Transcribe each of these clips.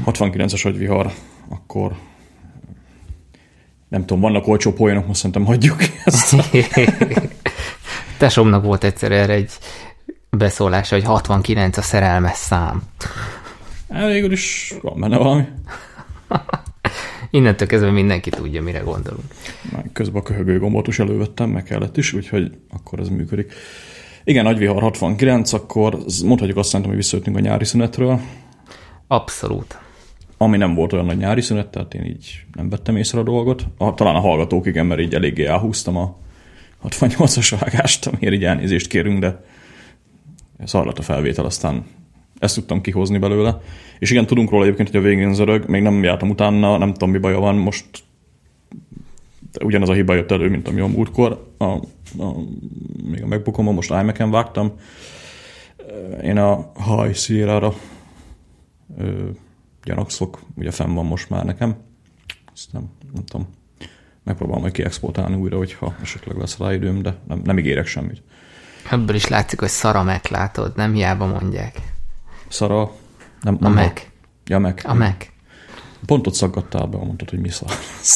69-es agyvihar, akkor nem tudom, vannak olcsó poénok, most szerintem hagyjuk ezt. Tesómnak volt egyszer erre egy beszólása, hogy 69 a szerelmes szám. Végül is van benne valami. Innentől kezdve mindenki tudja, mire gondolunk. Közben a köhögő gombot is elővettem, meg kellett is, úgyhogy akkor ez működik. Igen, agyvihar 69, akkor mondhatjuk azt szerintem, hogy visszajöttünk a nyári szünetről. Abszolút. Ami nem volt olyan nagy nyári szünet, tehát én így nem vettem észre a dolgot. Talán a hallgatók, igen, mert így eléggé elhúztam a 68-as vágást, amiért így elnézést kérünk, de szar lett a felvétel, aztán ezt tudtam kihozni belőle. És igen, tudunk róla egyébként, hogy a végén zörög, még nem jártam utána, nem tudom, mi baja van, most ugyanaz a hiba jött elő, mint ami a múltkor, még a MacBookomon, most iMac-en vágtam. Én a High Sierra-ra gyanakszok, ugye fenn van most már nekem. Ezt nem tudom, megpróbálom majd kiexportálni újra, hogyha esetleg lesz rá időm, de nem ígérek semmit. Ebből is látszik, hogy szara Mac, látod, nem hiába mondják. Szara? Nem, a Mac. Ja, Mac. A Mac. Pont ott szaggattál be, mondtad, hogy mi szar.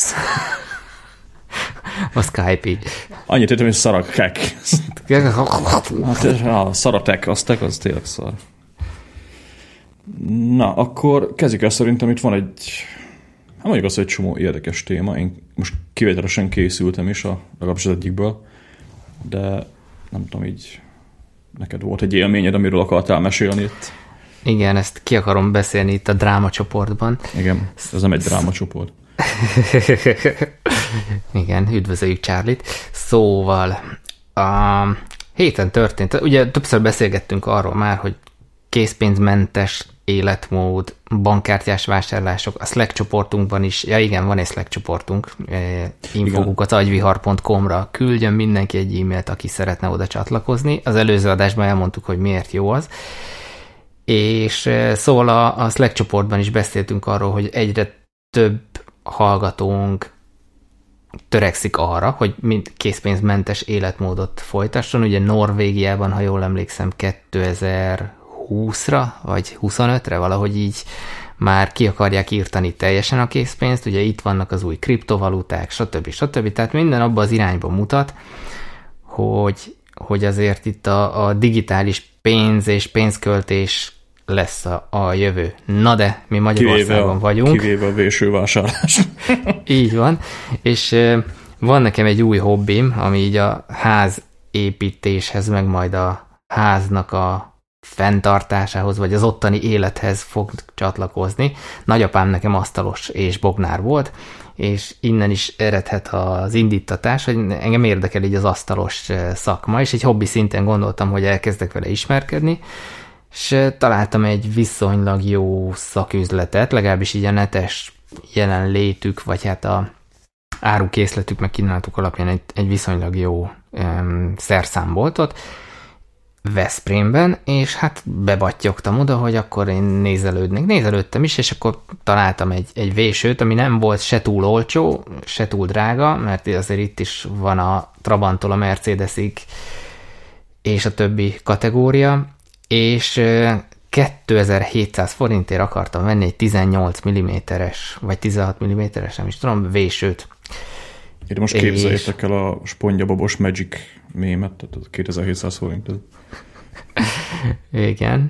A Skype így. Annyit értem, hogy szarakek. A szaratek, az tényleg szar. Na, akkor kezdjük el, szerintem itt van egy, hát mondjuk azt, hogy egy csomó érdekes téma. Én most kivételesen készültem is, legalábbis az egyikből, de nem tudom, így neked volt egy élményed, amiről akartál mesélni itt. Igen, ezt ki akarom beszélni itt a drámacsoportban. Igen, ez nem egy drámacsoport. Igen, üdvözöljük Charlie-t. Szóval a héten történt, ugye többször beszélgettünk arról már, hogy készpénzmentes életmód, bankkártyás vásárlások, a Slack csoportunkban is, ja igen, van egy Slack csoportunk, infokukat agyvihar.com-ra küldjön mindenki egy e-mailt, aki szeretne oda csatlakozni. Az előző adásban elmondtuk, hogy miért jó az. És szóval a Slack csoportban is beszéltünk arról, hogy egyre több hallgatónk törekszik arra, hogy készpénzmentes életmódot folytasson. Ugye Norvégiában, ha jól emlékszem, 2020-ra, vagy 25-re valahogy így már ki akarják írtani teljesen a készpénzt. Ugye itt vannak az új kriptovaluták, stb. Tehát minden abba az irányba mutat, hogy azért itt a digitális pénz és pénzköltés lesz a jövő. Na de, mi Magyarországon vagyunk. Kivéve a vésővásárlás. Így van. És van nekem egy új hobbim, ami így a ház építéshez, meg majd a háznak a fenntartásához, vagy az ottani élethez fog csatlakozni. Nagyapám nekem asztalos és bognár volt, és innen is eredhet az indítatás, hogy engem érdekel így az asztalos szakma, és egy hobbi szinten gondoltam, hogy elkezdek vele ismerkedni, és találtam egy viszonylag jó szaküzletet, legalábbis így a netes jelenlétük, vagy hát a árukészletük, meg kínálatuk alapján egy viszonylag jó szerszámboltot Veszprémben, és hát bebattyogtam oda, hogy akkor én nézelődtem is, és akkor találtam egy vésőt, ami nem volt se túl olcsó, se túl drága, mert azért itt is van a Trabanttól a Mercedesig és a többi kategória, és 2700 forintért akartam venni egy 18 mm-es, vagy 16 mm-es, nem is tudom, vésőt. Én most képzeljétek el a spongyababos Magic mémet, tehát 2700 forint. Igen.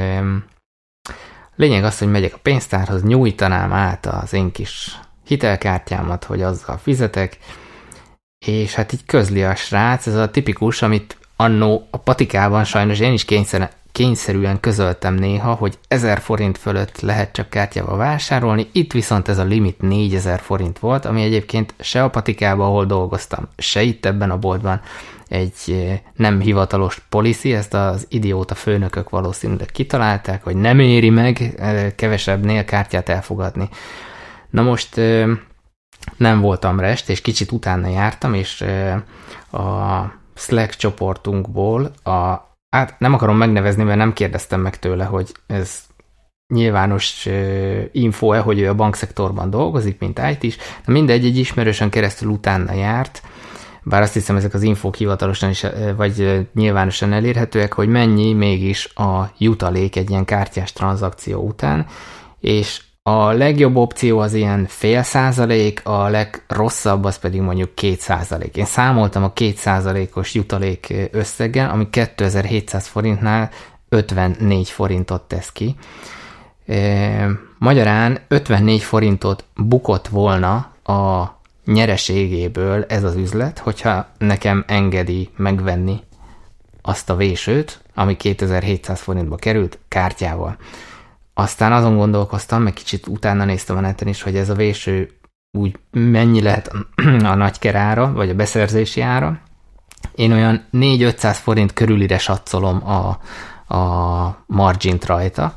Lényeg az, hogy megyek a pénztárhoz, nyújtanám át az én kis hitelkártyámat, hogy azzal fizetek, és hát így közli a srác, ez a tipikus, amit annó a patikában sajnos én is kényszerűen közöltem néha, hogy 1000 forint fölött lehet csak kártyával vásárolni, itt viszont ez a limit 4000 forint volt, ami egyébként se a patikában, ahol dolgoztam, se itt ebben a boltban egy nem hivatalos policy, ezt az idióta főnökök valószínűleg kitalálták, hogy nem éri meg kevesebbnél kártyát elfogadni. Na most nem voltam rest, és kicsit utána jártam, és a Slack csoportunkból hát nem akarom megnevezni, mert nem kérdeztem meg tőle, hogy ez nyilvános info-e, hogy ő a bankszektorban dolgozik, mint IT is, de mindegy, egy ismerősen keresztül utána járt, bár azt hiszem, ezek az infók hivatalosan is, vagy nyilvánosan elérhetőek, hogy mennyi mégis a jutalék egy ilyen kártyás tranzakció után, és A legjobb opció az ilyen 0,5%, a legrosszabb az pedig mondjuk 2%. Én számoltam a 2%-os jutalék összeggel, ami 2700 forintnál 54 forintot tesz ki. Magyarán 54 forintot bukott volna a nyereségéből ez az üzlet, hogyha nekem engedi megvenni azt a vésőt, ami 2700 forintba került kártyával. Aztán azon gondolkoztam, meg kicsit utána néztem a neten is, hogy ez a véső úgy mennyi lehet a nagyker ára, vagy a beszerzési ára. Én olyan 400-500 forint körülire satszolom a margint rajta.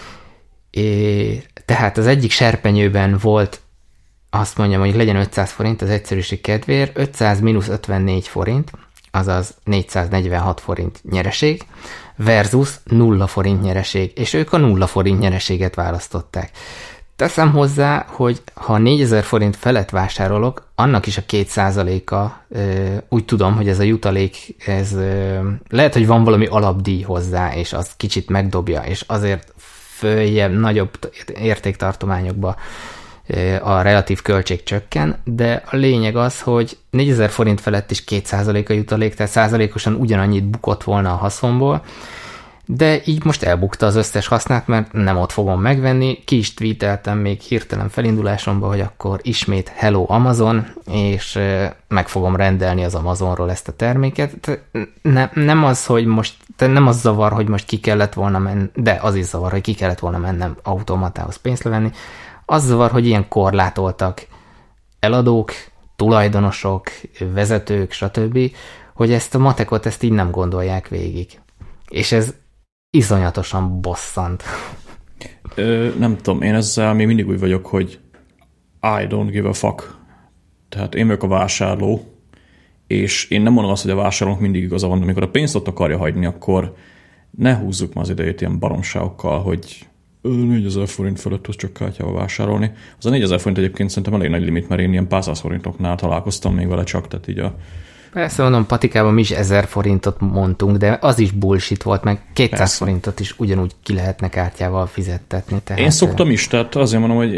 Tehát az egyik serpenyőben volt, azt mondjam, hogy legyen 500 forint az egyszerűség kedvéért, 500 mínusz 54 forint, azaz 446 forint nyereség, versus 0 forint nyereség, és ők a 0 forint nyereséget választották. Teszem hozzá, hogy ha 4000 forint felett vásárolok, annak is a 2%-a, úgy tudom, hogy ez a jutalék, ez lehet, hogy van valami alapdíj hozzá, és az kicsit megdobja, és azért följebb, nagyobb értéktartományokba a relatív költség csökken, de a lényeg az, hogy 4000 forint felett is 2% a jutalék, tehát százalékosan ugyanannyit bukott volna a haszonból, de így most elbukta az összes hasznát, mert nem ott fogom megvenni. Ki is tweeteltem még hirtelen felindulásomba, hogy akkor ismét hello Amazon, és meg fogom rendelni az Amazonról ezt a terméket. Nem az, hogy most, nem az zavar, hogy most ki kellett volna menni, de az is zavar, hogy ki kellett volna mennem automatához pénzt levenni. Az zavar, hogy ilyen korlátoltak eladók, tulajdonosok, vezetők, stb., hogy ezt a matekot, ezt így nem gondolják végig. És ez iszonyatosan bosszant. Nem tudom, én ezzel még mindig úgy vagyok, hogy I don't give a fuck. Tehát én vagyok a vásárló, és én nem mondom azt, hogy a vásárlónak mindig igaza van, de amikor a pénzt ott akarja hagyni, akkor ne húzzuk ma az idejét ilyen baromságokkal, hogy 4000 forint fölött tud csak kártyával vásárolni. Az a 4000 forint egyébként szerintem elég nagy limit, mert én ilyen pár száz forintoknál találkoztam még vele csak, tehát így a... Persze mondom, patikában mi is 1000 forintot mondtunk, de az is bullshit volt, meg 200 Persze. forintot is ugyanúgy ki lehetne kártyával fizettetni. Tehát... Én szoktam is, tehát azért mondom, hogy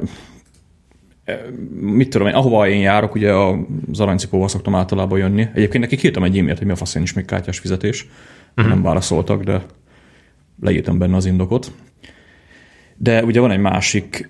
mit tudom én, ahova én járok, ugye az aranycipóval szoktam általában jönni. Egyébként nekik írtam egy e-mailt, hogy mi a faszén is még kártyás fizetés. Nem válaszoltak, de leírtam benne az indokot. De ugye van egy másik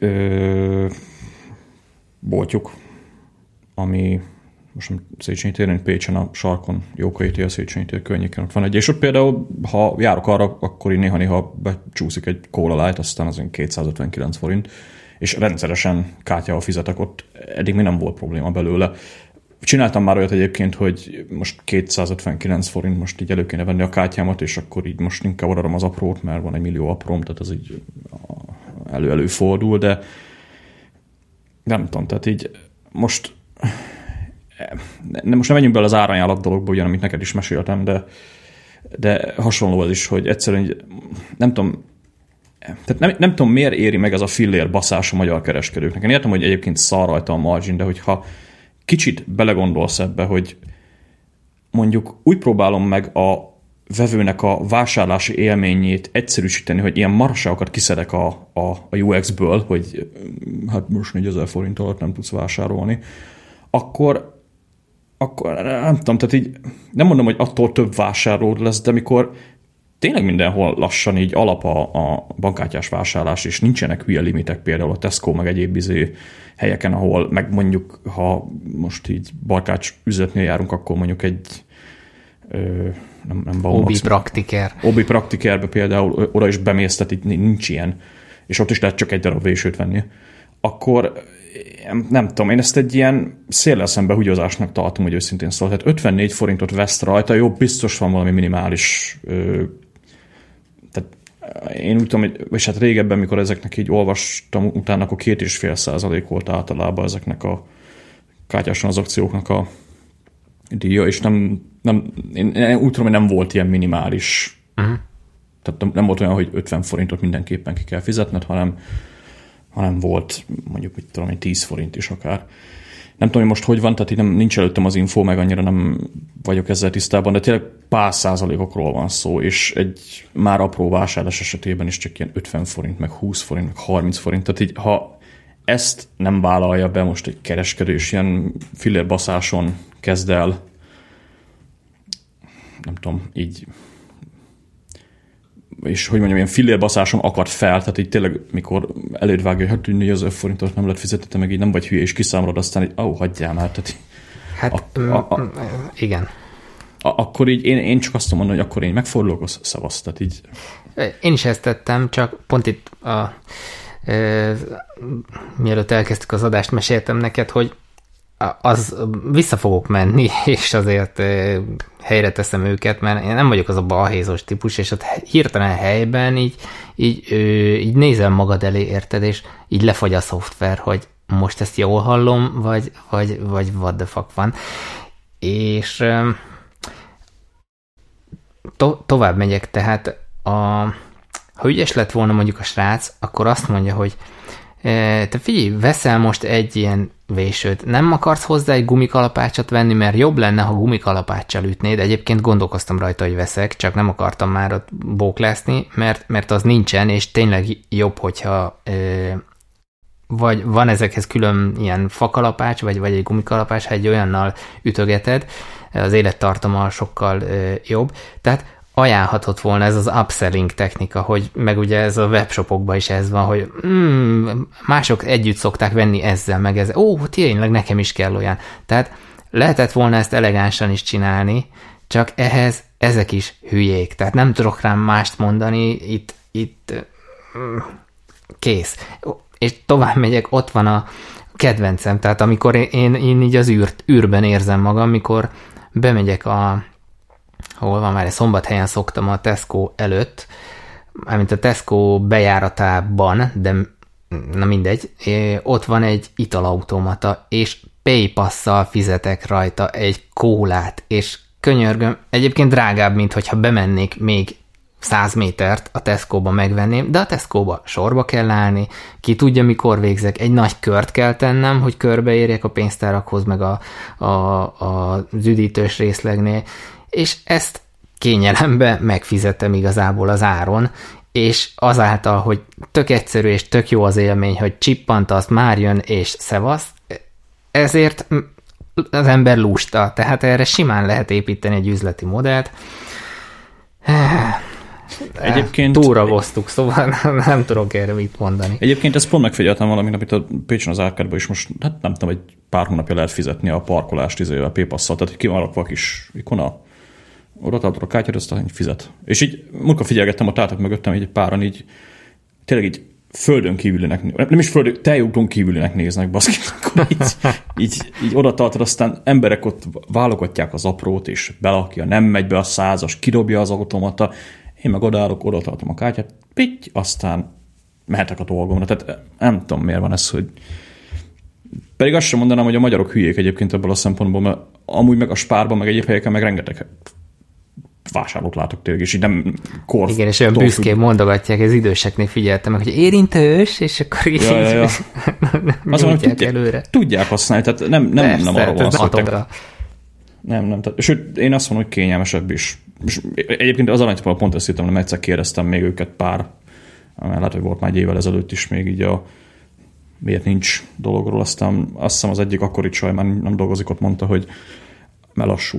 boltjuk, ami most nem Széchenyi téren, Pécsen a sarkon, Jókai tér, Széchenyi tér környéken ott van egy, és ott például, ha járok arra, akkor én néha becsúszik egy Cola Light, aztán az 259 forint, és rendszeresen kártyával fizetek ott, eddig még nem volt probléma belőle. Csináltam már olyat egyébként, hogy most 259 forint, most így elő kéne venni a kártyámat, és akkor így most inkább odaadom az aprót, mert van egy millió apróm, tehát az így előfordul, de nem tudom, tehát így most nem menjünk bele az árajánlat dologba, ugyan, amit neked is meséltem, de hasonló az is, hogy egyszerűen nem tudom, tehát nem tudom, miért éri meg ez a fillér baszás a magyar kereskedőknek. Én értem, hogy egyébként szar rajta a margin, de hogyha kicsit belegondolsz ebbe, hogy mondjuk úgy próbálom meg a vevőnek a vásárlási élményét egyszerűsíteni, hogy ilyen marságokat kiszedek a UX-ből, hogy hát most 4000 forint alatt nem tudsz vásárolni, akkor nem tudom, tehát így nem mondom, hogy attól több vásárlód lesz, de mikor tényleg mindenhol lassan így alap a bankkártyás vásárlás, és nincsenek hülye limitek, például a Tesco, meg egyéb helyeken, ahol meg mondjuk, ha most így barkács üzletnél járunk, akkor mondjuk egy nem Obi Praktiker. Obi Praktikerbe például oda is bemész, tehát itt nincs ilyen, és ott is lehet csak egy darab vésőt venni. Akkor nem tudom, én ezt egy ilyen széllel szembe húgyozásnak tartom, hogy őszintén szól. Tehát 54 forintot veszt rajta, jó, biztos van valami minimális tehát én úgy tudom, és hát régebben, mikor ezeknek így olvastam utána, akkor 2,5% volt általában ezeknek a kártyás tranzakcióknak a díja, és én úgy tudom, hogy nem volt ilyen minimális. Tehát nem volt olyan, hogy 50 forintot mindenképpen ki kell fizetned, hanem volt mondjuk, mit tudom, 10 forint is akár. Nem tudom, hogy most hogy van, tehát így nincs előttem az info, meg annyira nem vagyok ezzel tisztában, de tényleg pár százalékokról van szó, és egy már apró vásárlás esetében is csak ilyen 50 forint, meg 20 forint, meg 30 forint. Tehát így, ha ezt nem vállalja be most egy kereskedő, és ilyen fillérbaszáson kezd el, nem tudom, így, és hogy mondjam, ilyen fillérbaszáson akad fel, tehát így tényleg, mikor előtt vágja, hogy 4000 forintot nem lehet fizetni, meg így nem vagy hülye, és kiszámolod, aztán így, hagyjál már. Tehát hát, igen. Akkor így én csak azt mondom, hogy akkor én megfordulok, szavasz, tehát így. Én is ezt tettem, csak pont itt mielőtt elkezdtük az adást, meséltem neked, hogy az vissza fogok menni, és azért helyre teszem őket, mert én nem vagyok az a balhézos típus, és ott hirtelen helyben így nézel magad elé, érted, és így lefagy a szoftver, hogy most ezt jól hallom, vagy what the fuck van. És tovább megyek, tehát ha ügyes lett volna mondjuk a srác, akkor azt mondja, hogy te figyelj, veszel most egy ilyen vésőt, nem akarsz hozzá egy gumikalapácsot venni, mert jobb lenne, ha gumikalapáccsal ütnéd. Egyébként gondolkoztam rajta, hogy veszek, csak nem akartam már ott bóklászni, mert az nincsen, és tényleg jobb, hogyha vagy van ezekhez külön ilyen fakalapács, vagy egy gumikalapács, ha egy olyannal ütögeted, az élettartama sokkal jobb. Tehát ajánlhatott volna ez az upselling technika, hogy meg ugye ez a webshopokban is ez van, hogy mások együtt szokták venni ezzel, meg ezzel. Tényleg nekem is kell olyan. Tehát lehetett volna ezt elegánsan is csinálni, csak ehhez ezek is hülyék. Tehát nem tudok rám mást mondani, itt kész. És tovább megyek, ott van a kedvencem. Tehát amikor én így az űrben érzem magam, mikor bemegyek hol van már, Szombathelyen szoktam a Tesco előtt, mármint a Tesco bejáratában, de na mindegy, ott van egy italautomata, és PayPass-szal fizetek rajta egy kólát, és könyörgöm, egyébként drágább, mint hogyha bemennék még 100 métert a Tesco-ba megvenném, de a Tesco-ba sorba kell állni, ki tudja, mikor végzek, egy nagy kört kell tennem, hogy körbeérjek a pénztárakhoz, meg az üdítős részlegnél, és ezt kényelembe megfizettem igazából az áron, és azáltal, hogy tök egyszerű és tök jó az élmény, hogy csippantasz, már jön és szevasz, ezért az ember lusta, tehát erre simán lehet építeni egy üzleti modellt. Egyébként túlragoztuk, szóval nem tudok erre mit mondani. Egyébként ezt pont megfigyeltem valamit, amit a Pécsen az Árkádban is most, hát nem tudom, egy pár hónapja lehet fizetni a parkolást a PayPass-szal, tehát ki van rakva a kis ikona, oda tartod a kártyát, aztán fizet. És így múltkor figyelgettem a tátat mögöttem, egy páran így tényleg így földön kívülinek, nem is földön, teljúton kívülinek néznek, baszki, akkor így oda tartod, aztán emberek ott válogatják az aprót, és belakja, nem megy be a 100-as, kidobja az automata, én meg odaállok, oda tartom a kártyát, pitty, aztán mehetek a dolgomra. Tehát nem tudom, miért van ez, hogy... Pedig azt sem mondanám, hogy a magyarok hülyék egyébként ebből a szempontból, mert amúgy meg a Spárban, meg egyéb helyeken meg rengeteg vásárlót látok tényleg, és így nem kor... Igen, és olyan büszkén mondogatják, az időseknél figyeltem meg, hogy érintős, és akkor így nyújtják előre. Tudják használni, tehát nem arról van szó. Nem. Sőt, én azt mondom, hogy kényelmesebb is. És egyébként az aranytól pont ezt hittem, hogy egyszer kérdeztem még őket pár, lehet, hogy volt már egy évvel ezelőtt is még így miért nincs dologról, aztán azt hiszem az egyik akkori csaj már nem dolgozik, ott mondta, hogy mert lassú.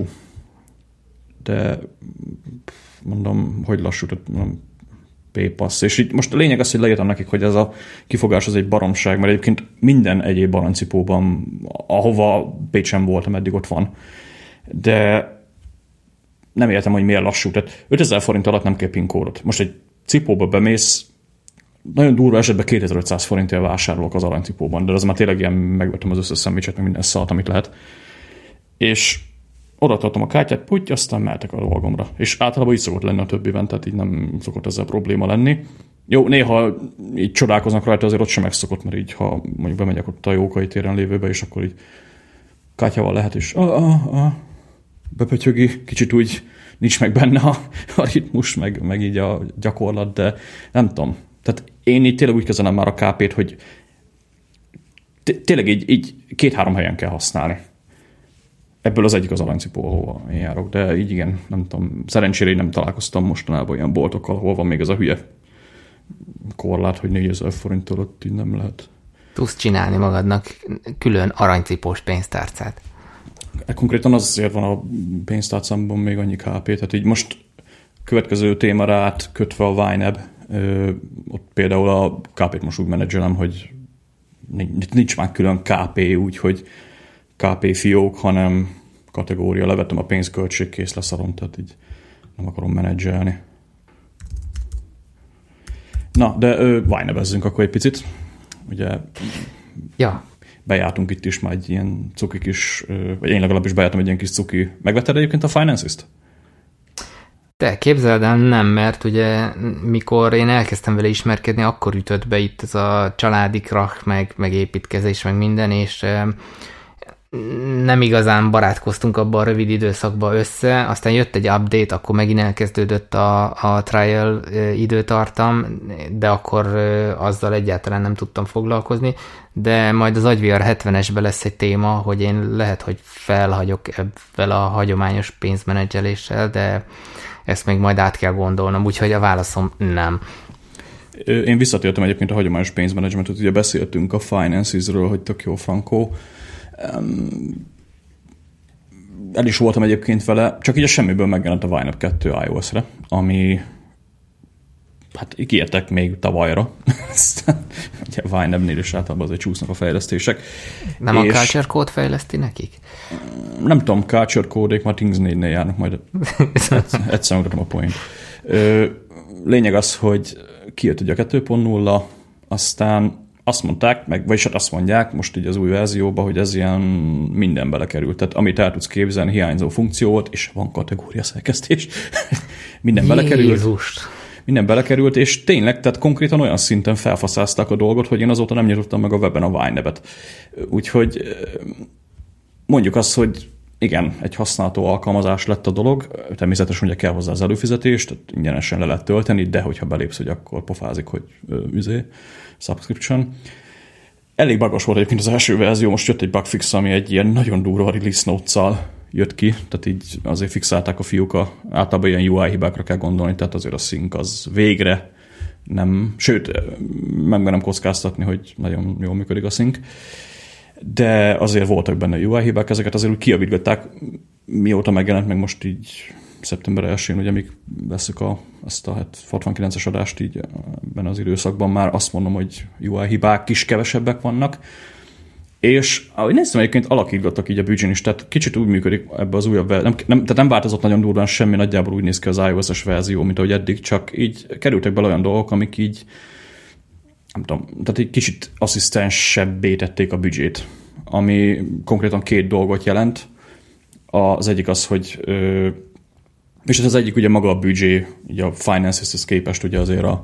De mondom, hogy lassú, tehát mondom, PayPass. És így most a lényeg az, hogy leírtam nekik, hogy ez a kifogás az egy baromság, mert egyébként minden egyéb aranycipóban, ahova Pécsen voltam, eddig ott van. De nem értem, hogy miért lassú. Tehát 5000 forint alatt nem kell PIN kódot. Most egy cipóba bemész, nagyon durva esetben 2500 forintért vásárolok az aranycipóban, de az már tényleg ilyen megvettem az összes szendvicset, meg minden szalt, amit lehet. És oda tartom a kártyát, putty, aztán mehetek a dolgomra. És általában így szokott lenni a többiben, tehát így nem szokott ezzel probléma lenni. Jó, néha így csodálkoznak rajta, azért ott sem megszokott, mert így, ha mondjuk bemegyek ott a Jókai téren lévőbe, és akkor így kártyával lehet, és bepötyögi, kicsit úgy nincs meg benne a ritmus, meg így a gyakorlat, de nem tudom. Tehát én így tényleg úgy kezelem már a KP-t, hogy tényleg így 2-3 helyen kell használni. Ebből az egyik az aranycipó, ahova én járok, de így igen, nem tudom, szerencsére nem találkoztam mostanában ilyen boltokkal, ahol van még ez a hülye korlát, hogy 4000 forint alatt így nem lehet. Tudsz csinálni magadnak külön aranycipós pénztárcát. Konkrétan azért van a pénztárcámban még annyi KP, tehát így most következő témára átkötve a YNAB, ott például a KP-t most úgy menedzselem, hogy nincs már külön KP, úgyhogy KP fiók, hanem kategória, levettem a pénzköltség, kész leszarom, tehát így nem akarom menedzselni. Na, de YNAB-ezzünk akkor egy picit. Ugye ja. Bejártunk itt is már egy ilyen cuki kis, vagy én legalábbis bejártam egy ilyen kis cuki. Megvetted egyébként a Finances-t? Te képzeld el, nem, mert ugye mikor én elkezdtem vele ismerkedni, akkor ütött be itt ez a családi krach, meg építkezés, meg minden, és nem igazán barátkoztunk abban a rövid időszakban össze, aztán jött egy update, akkor megint elkezdődött a trial időtartam, de akkor azzal egyáltalán nem tudtam foglalkozni, de majd az agyvr 70-esben lesz egy téma, hogy én lehet, hogy felhagyok ebben a hagyományos pénzmenedzseléssel, de ezt még majd át kell gondolnom, úgyhogy a válaszom nem. Én visszatértem egyébként a hagyományos pénzmenedzsmentet, ugye beszéltünk a Finances-ről, hogy tök jó frankó. El is voltam egyébként vele, csak így a semmiből megjelent a YNAB 2 iOS-re, ami hát kiértek még tavalyra. Ugye a YNAB-nél is általában azért csúsznak a fejlesztések. Nem és a Culture Code fejleszti nekik? Nem tudom, Culture Code-ék már Things 4-nél járnak, majd egyszer mutatom a point. Lényeg az, hogy kijött ugye a 2.0, aztán azt mondták, vagyis azt mondják most így az új verzióban, hogy ez ilyen minden belekerült. Tehát amit el tudsz képzelni, hiányzó funkciót, és van kategória szerkesztés. Minden belekerült, és tényleg, tehát konkrétan olyan szinten felfaszázták a dolgot, hogy én azóta nem nyitottam meg a webben a YNAB-et. Úgyhogy mondjuk azt, hogy igen, egy használható alkalmazás lett a dolog, természetesen ugye kell hozzá az előfizetés, tehát ingyenesen le lehet tölteni, de hogyha belépsz, hogy akkor pofázik, hogy subscription. Elég bugos volt egyébként az első verzió, most jött egy bugfix, ami egy ilyen nagyon durva release notes-szal jött ki, tehát így azért fixálták a fiúk, általában ilyen UI hibákra kell gondolni, tehát azért a sync az végre nem, sőt, megmerem kockáztatni, hogy nagyon jól működik a sync, de azért voltak benne UI hibák, ezeket azért úgy kijavítgatták, mióta megjelent, meg most így szeptember 1-én, ugye amíg veszük azt a 69-es adást így ebben az időszakban, már azt mondom, hogy UI hibák is kevesebbek vannak, és ahogy néztem, egyébként alakítgattak így a büdzsén is, tehát kicsit úgy működik ebbe az újabb tehát nem változott nagyon durván semmi, nagyjából úgy néz ki az iOS-es verzió, mint ahogy eddig, csak így kerültek bele olyan dolgok, amik így nem tudom, tehát egy kicsit asszisztensebbé tették a büdzsét, ami konkrétan 2 dolgot jelent. Az egyik az, hogy és az egyik ugye maga a büdzsé, ugye a Finances-hez képest ugye azért a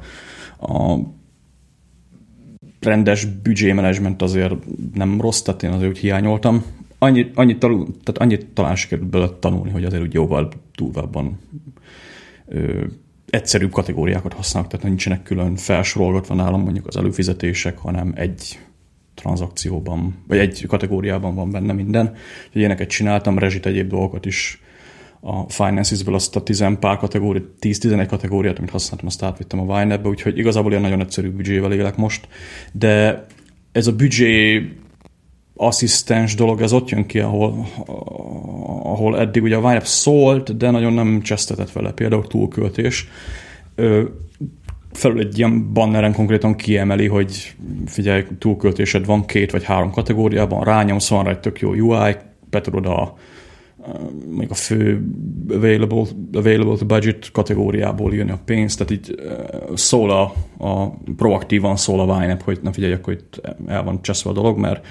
rendes büdzsémenedzsment azért nem rossz, tehát én azért úgy hiányoltam. Annyit talán sikerült bele tanulni, hogy azért úgy jóval durvábban egyszerűbb kategóriákat használnak, tehát nincsenek külön felsorolgatva nálam mondjuk az előfizetések, hanem egy tranzakcióban, vagy egy kategóriában van benne minden. Úgyhogy ilyeneket csináltam, rezsit, egyéb dolgokat is a Finances-ből, azt a 10-11 kategóriát, amit használtam, azt átvittem a YNAB-be, úgyhogy igazából ilyen nagyon egyszerű büdzsével élek most, de ez a büdzsé asszisztens dolog, ez ott jön ki, ahol eddig ugye a YNAB szólt, de nagyon nem csesztetett vele, például túlköltés. Felül egy ilyen banneren konkrétan kiemeli, hogy figyelj, túlköltésed van 2 vagy 3 kategóriában, rányomsz, van rá egy tök jó UI, betudod még a fő available to budget kategóriából jön a pénz, tehát így szól proaktívan szól a YNAB, hogy na figyelj, akkor itt el van cseszve a dolog, mert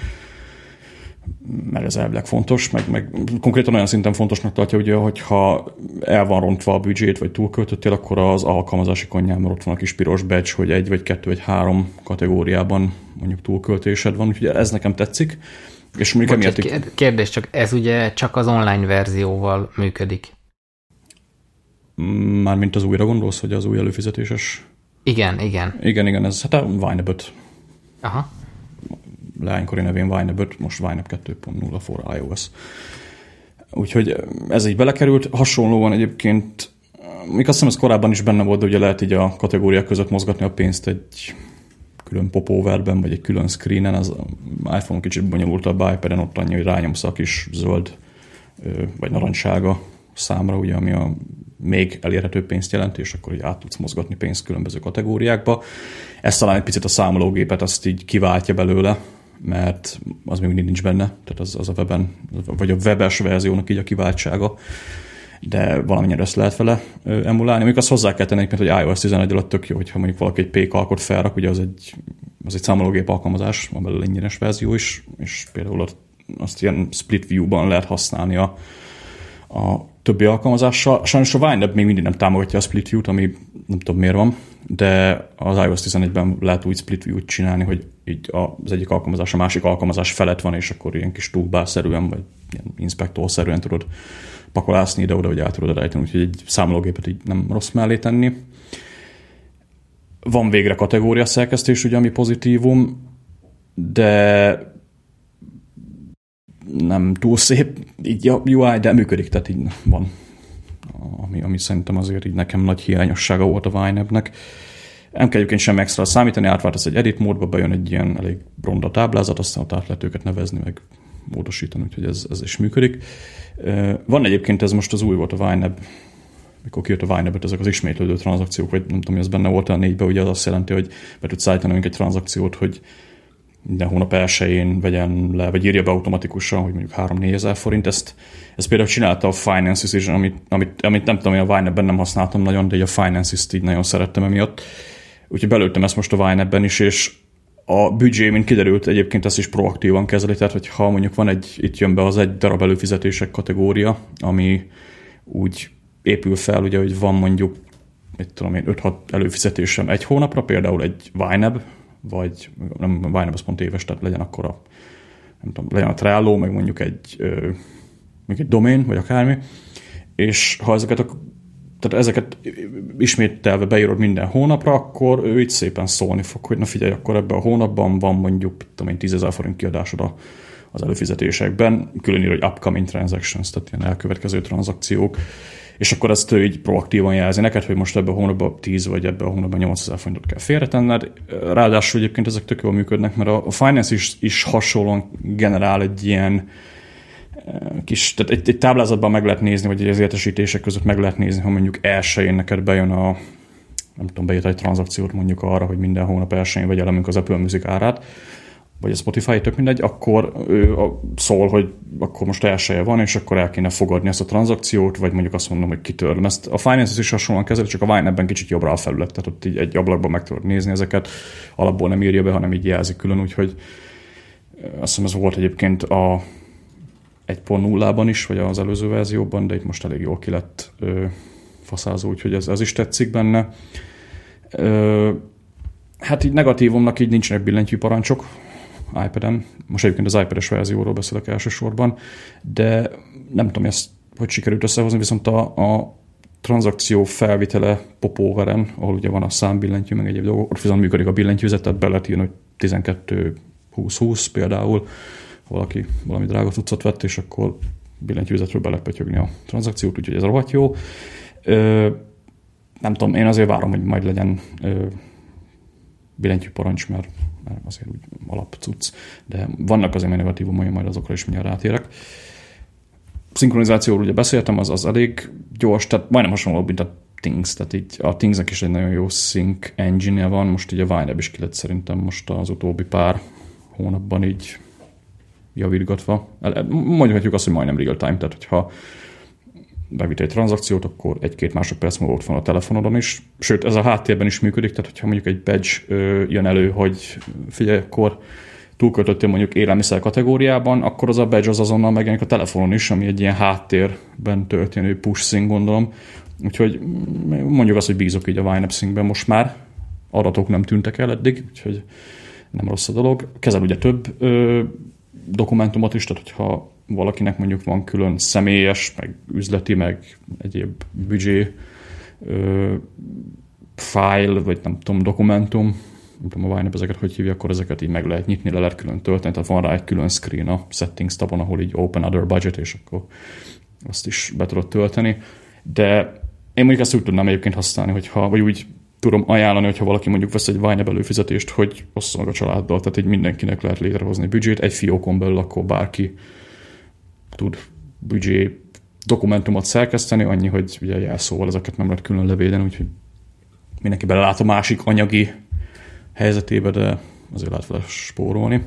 ez elvileg fontos, meg konkrétan olyan szinten fontosnak tartja, ugye, hogyha el van rontva a büdzsét, vagy túlköltöttél, akkor az alkalmazási konyhában ott van a kis piros badge, hogy 1 vagy 2 vagy 3 kategóriában mondjuk túlköltésed van, úgyhogy ez nekem tetszik. És kérdés, csak ez ugye csak az online verzióval működik. Mármint az újra gondolsz, hogy az új előfizetéses? Igen. Igen, ez hát a YNAB-öt leánykori nevén YNAB 5, most YNAB 2.0 for iOS. Úgyhogy ez így belekerült. Hasonlóan egyébként, még azt hiszem, ez korábban is benne volt, de ugye lehet így a kategóriák között mozgatni a pénzt egy külön popoverben, vagy egy külön screenen. Az iPhone kicsit bonyolultabb, iPad-en ott annyi, hogy rányomsz a kis zöld vagy narancssárga számra, ugye, ami a még elérhető pénzt jelenti, és akkor így át tudsz mozgatni pénzt különböző kategóriákba. Ez talán egy picit a számológépet azt így kiváltja belőle, mert az még mindig nincs benne, tehát az a weben, vagy a webes verziónak így a kiváltsága, de valamennyire ezt lehet vele emulálni. Mondjuk azt hozzá kell tenni, hogy iOS 11 alatt tök jó, hogyha mondjuk valaki egy P-kalkot felrak, ugye az egy számológép alkalmazás, van belőle ingyenes verzió is, és például azt ilyen split view-ban lehet használni a többi alkalmazással. Sajnos a YNAB még mindig nem támogatja a split view-t, ami nem tudom miért van, de az iOS 11-ben lehet úgy split view-t csinálni, hogy így az egyik alkalmazás a másik alkalmazás felett van, és akkor ilyen kis toolbar-szerűen, vagy ilyen inspektor-szerűen tudod pakolászni ide-oda, hogy át tudod rejteni, úgyhogy egy számológépet így nem rossz mellé tenni. Van végre kategória szerkesztés, ugye, ami pozitívum, de nem túl szép így a UI, de működik, tehát így van. Ami szerintem azért így nekem nagy hiányossága volt a YNAB-nek. Nem kell egyébként sem extra számítani, átváltasz egy edit módba, bejön egy ilyen elég ronda táblázat, aztán ott át lehet őket nevezni, meg módosítani, úgyhogy ez is működik. Van egyébként, ez most az új volt a YNAB, mikor kijött a YNAB, ezek az ismétlődő tranzakciók, vagy nem tudom, hogy ez benne volt a 4-ben, ugye az azt jelenti, hogy be tudsz állítani egy tranzakciót, hogy minden hónap elsőjén vegyen le, vagy írja be automatikusan, hogy mondjuk 3-4 ezer forint. Ezt például csinálta a Finances, amit nem tudom, én a YNAB-ben nem használtam nagyon, de a Finances-t így nagyon szerettem emiatt. Úgyhogy belőttem ezt most a YNAB-ben is, és a büdzsé, mint kiderült, egyébként ezt is proaktívan kezeli, tehát hogyha mondjuk itt jön be az egy darab előfizetések kategória, ami úgy épül fel, ugye, hogy van mondjuk, mit tudom én, 5-6 előfizetésem egy hónapra, például egy YNAB, vagy nem, YNAB az pont éves, tehát legyen akkor nem tudom, legyen a Trello, meg mondjuk egy domain, vagy akármi, és ha ezeket ismételve beírod minden hónapra, akkor ő itt szépen szólni fog, hogy na figyelj, akkor ebben a hónapban van mondjuk 10 000 forint kiadásod az előfizetésekben, külön ír, hogy upcoming transactions, tehát ilyen elkövetkező tranzakciók, és akkor ezt ő így proaktívan jelzi neked, hogy most ebben a hónapban 10 vagy ebben a hónapban 8000 forintot kell félretenned. Ráadásul egyébként ezek tök jól működnek, mert a Finance is hasonlóan generál egy ilyen kis, tehát egy táblázatban meg lehet nézni, vagy az értesítések között meg lehet nézni, ha mondjuk elsőjén neked bejön nem tudom, bejött egy tranzakciót mondjuk arra, hogy minden hónap elsőjén vegye le az Apple Music árát, vagy a Spotify, tök mindegy, akkor ő szól, hogy akkor most elsője van, és akkor el kéne fogadni ezt a tranzakciót, vagy mondjuk azt mondom, hogy kitörlöm. Ezt a Finance is hasonlóan kezeli, csak a YNAB-ben kicsit jobbra a felület, tehát ott így egy ablakban meg tudod nézni ezeket, alapból nem írja be, hanem így jelzi külön, úgyhogy azt hiszem ez volt egyébként a 1.0-ban is, vagy az előző verzióban, de itt most elég jól ki lett faszázó, úgyhogy ez is tetszik benne. Hát így negatívumnak így nincsenek billentyűparancsok iPad-en. Most egyébként az iPad-es verzióról beszélek elsősorban, de nem tudom, ezt hogy sikerült összehozni, viszont a tranzakció felvitele popoveren, ahol ugye van a számbillentyű, meg egyéb dolgok, ott viszont működik a billentyűzet, tehát be lehet írni, hogy 12-20-20 például, valaki valami drága cuccot vett, és akkor billentyűzetről be lehet pötyögni a tranzakciót, úgyhogy ez rohadt jó. Nem tudom, én azért várom, hogy majd legyen billentyűparancs, mert azért úgy alapcucc, de vannak azért negatívumai, majd azokra is mindjárt rátérek. Szinkronizációról ugye beszéltem, az elég gyors, tehát majdnem hasonló, mint a Things, tehát így a Thingsnek is egy nagyon jó sync engine-je van, most így a YNAB is ki lett szerintem most az utóbbi pár hónapban így javítgatva. Mondjuk azt, hogy majdnem real time, tehát hogyha bevitt egy tranzakciót, akkor 1-2 másodperc múlva ott van a telefonodon is. Sőt, ez a háttérben is működik, tehát hogyha mondjuk egy badge jön elő, hogy figyelj, akkor túlköltöttél mondjuk élelmiszer kategóriában, akkor az a badge az azonnal megjelenik a telefonon is, ami egy ilyen háttérben történő push sync, gondolom. Úgyhogy mondjuk azt, hogy bízok így a YNAB syncben most már. Adatok nem tűntek el eddig, úgyhogy nem rossz a dolog. Kezel ugye több dokumentumot is, tehát hogyha valakinek mondjuk van külön személyes, meg üzleti, meg egyéb büdzsé file, vagy nem tudom, dokumentum, nem tudom, a Wine-ep ezeket hogy hívja, akkor ezeket így meg lehet nyitni, le lehet külön tölteni, tehát van rá egy külön screen a settings tabon, ahol így open other budget, és akkor azt is be tudod tölteni. De én mondjuk ezt úgy tudnám egyébként használni, vagy úgy tudom ajánlani, hogyha valaki mondjuk vesz egy Wine-ep előfizetést, hogy osszon meg a családdal, tehát így mindenkinek lehet létrehozni büdzsét, egy fiókon belül akkor bárki tud büdzsé dokumentumot szerkeszteni, annyi, hogy ugye jelszóval ezeket nem lehet külön levédeni, úgyhogy mindenki belelát a másik anyagi helyzetébe, de azért lehet vele spórolni.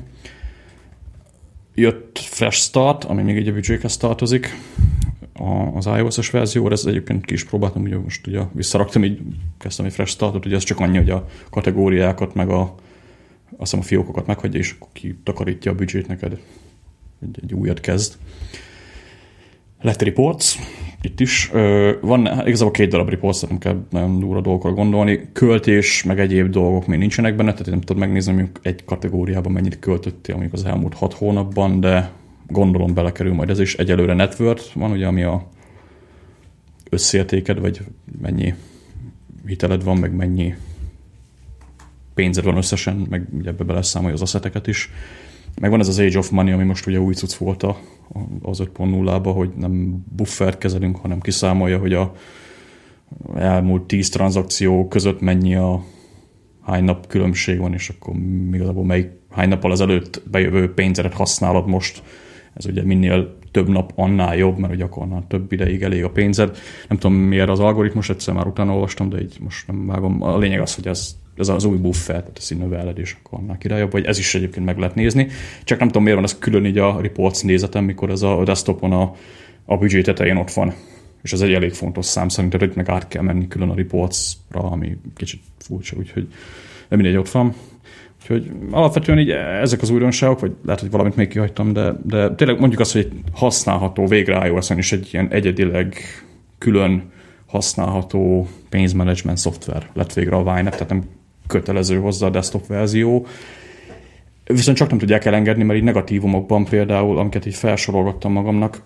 Jött Fresh Start, ami még egy a büdzsékhez tartozik, az iOS-es verzióra, ez egyébként ki is próbáltam, ugye most ugye visszaraktam, így kezdtem egy Fresh Startot, ugye ez csak annyi, hogy a kategóriákat, meg azt hiszem a fiókokat meghagyja, és kitakarítja a büdzsét neked, egy újat kezd. Lett reports, itt is. Van igazából 2 darab reports, tehát nem kell nagyon durva dolgokra gondolni. Költés, meg egyéb dolgok még nincsenek benne, tehát nem tudod megnézni, mondjuk egy kategóriában mennyit költöttél mondjuk az elmúlt 6 hónapban, de gondolom belekerül majd ez is. Egyelőre net worth van, ugye, ami a összértéked, vagy mennyi hiteled van, meg mennyi pénzed van összesen, meg ugye ebbe beleszámolja az asszeteket is. Meg van ez az Age of Money, ami most ugye új cucc volt az 5.0-ba, hogy nem buffert kezelünk, hanem kiszámolja, hogy a elmúlt 10 tranzakció között mennyi hány nap különbség van, és akkor igazából hány nappal ezelőtt bejövő pénzedet használod most. Ez ugye minél több nap annál jobb, mert ugye akkor annál több ideig elég a pénzed. Nem tudom, miért az algoritmus, egyszer már utána olvastam, de így most nem vágom. A lényeg az, hogy ez az új buffer, tehát ezt így növeled, és akkor annál királyabb, vagy ez is egyébként meg lehet nézni. Csak nem tudom, miért van ez külön így a reports nézetem, mikor ez a desktopon a büdzsé tetején ott van. És ez egy elég fontos szám szerintem, hogy meg át kell menni külön a reportsra, ami kicsit furcsa, úgyhogy de mindegy, ott van. Úgyhogy alapvetően így ezek az újdonságok, vagy lehet, hogy valamit még kihagytam, de tényleg mondjuk azt, hogy használható végre iOS-on is egy ilyen egyedileg külön használható pénzmenedzsment szoftver lett végre a Wine-ep, tehát nem kötelező hozzá a desktop verzió. Viszont csak nem tudják elengedni, mert így negatívumokban például, amiket így felsorolgattam magamnak,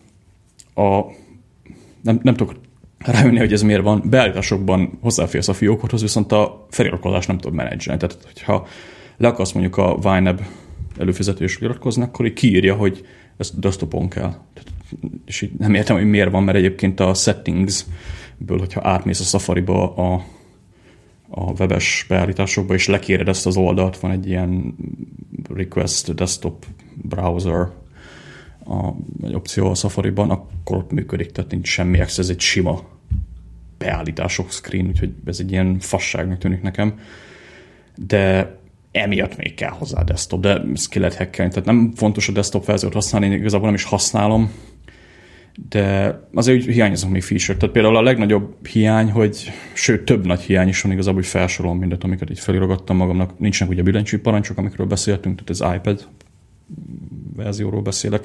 nem tudok rájönni, hogy ez miért van. Beállításokban hozzáférsz a fiókhoz, viszont a feliratkozást nem tudod menedzselni. Tehát, hogyha le akarsz mondjuk a Wine-ep előfizetésre feliratkozni, akkor így kiírja, hogy ezt desktopon kell. És így nem értem, hogy miért van, mert egyébként a settingsből, hogyha átmész a Safari-ba a webes beállításokba, és lekéred ezt az oldalt, van egy ilyen request desktop browser egy opció a Safari-ban, akkor ott működik, tehát nincs semmi extra, ez egy sima beállítások screen, úgyhogy ez egy ilyen fasságnak tűnik nekem. De emiatt még kell hozzá a desktop, de ezt ki lehet hackelni, tehát nem fontos a desktop verziót használni, én igazából nem is használom, de azért úgy hiányoznak még feature. Tehát például a legnagyobb hiány, sőt több nagy hiány is van igazából, hogy felsorolom mindet, amiket így felirogattam magamnak. Nincsenek ugye billentyű parancsok, amikről beszéltünk, tehát az iPad verzióról beszélek.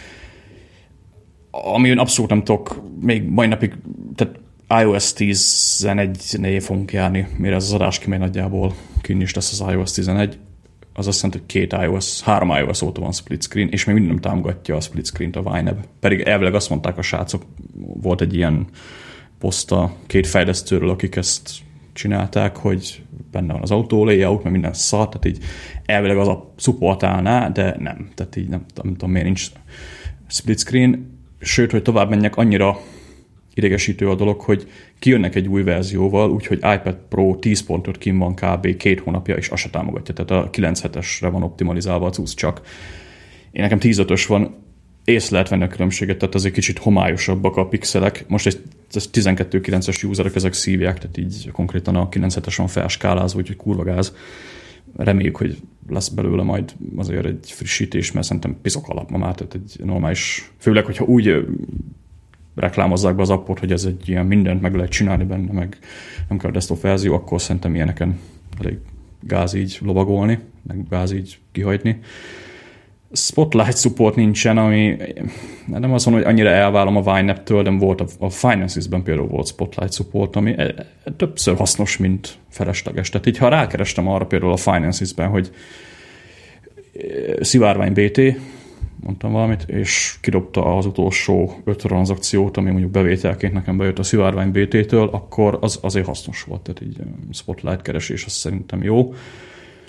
Ami abszolút nem tudok, még mai napig, tehát iOS 11-nél fogunk járni, mire ez az adás kimegy nagyjából, kinn is lesz az iOS 11. Az azt jelenti, hogy 3 iOS óta van split screen, és még mindig nem támogatja a split screen-t a Wine-ep. Pedig elvileg azt mondták a srácok, volt egy ilyen poszt a 2 fejlesztőről, akik ezt csinálták, hogy benne van az autó layout, meg minden szar, tehát így elvileg az a supportálná, de nem. Tehát így nem tudom, miért nincs split screen. Sőt, hogy tovább menjek, annyira idegesítő a dolog, hogy kijönnek egy új verzióval, úgyhogy iPad Pro 10.5 kint van kb. 2 hónapja, és azt se támogatja. Tehát a 9.7-esre van optimalizálva a cucc csak. Én nekem 10.5-ös van, észre lehet venni a különbséget, tehát azért kicsit homályosabbak a pixelek. Most ez 12.9-es userek, ezek szívják, tehát így konkrétan a 9.7-es van felskálázva, úgyhogy kurva gáz. Reméljük, hogy lesz belőle majd azért egy frissítés, mert szerintem piszok alap ma már, tehát egy normális, főleg, hogyha úgy reklámozzák be az appot, hogy ez egy ilyen mindent meg lehet csinálni benne, meg nem kell a desktop verzió, akkor szerintem ilyeneken elég gáz így lovagolni, meg gáz így kihagyni. Spotlight support nincsen, ami nem azt mondom, hogy annyira elválom a Wine-ep-től, de volt a Finances-ben például volt Spotlight support, ami többször hasznos, mint felesleges. Tehát így, ha rákerestem arra például a Finances-ben, hogy szivárvány BT, mondtam valamit, és kidobta az utolsó 5 tranzakciót, ami mondjuk bevételként nekem bejött a szivárvány BT-től, akkor az azért hasznos volt. Tehát így Spotlight keresés az szerintem jó.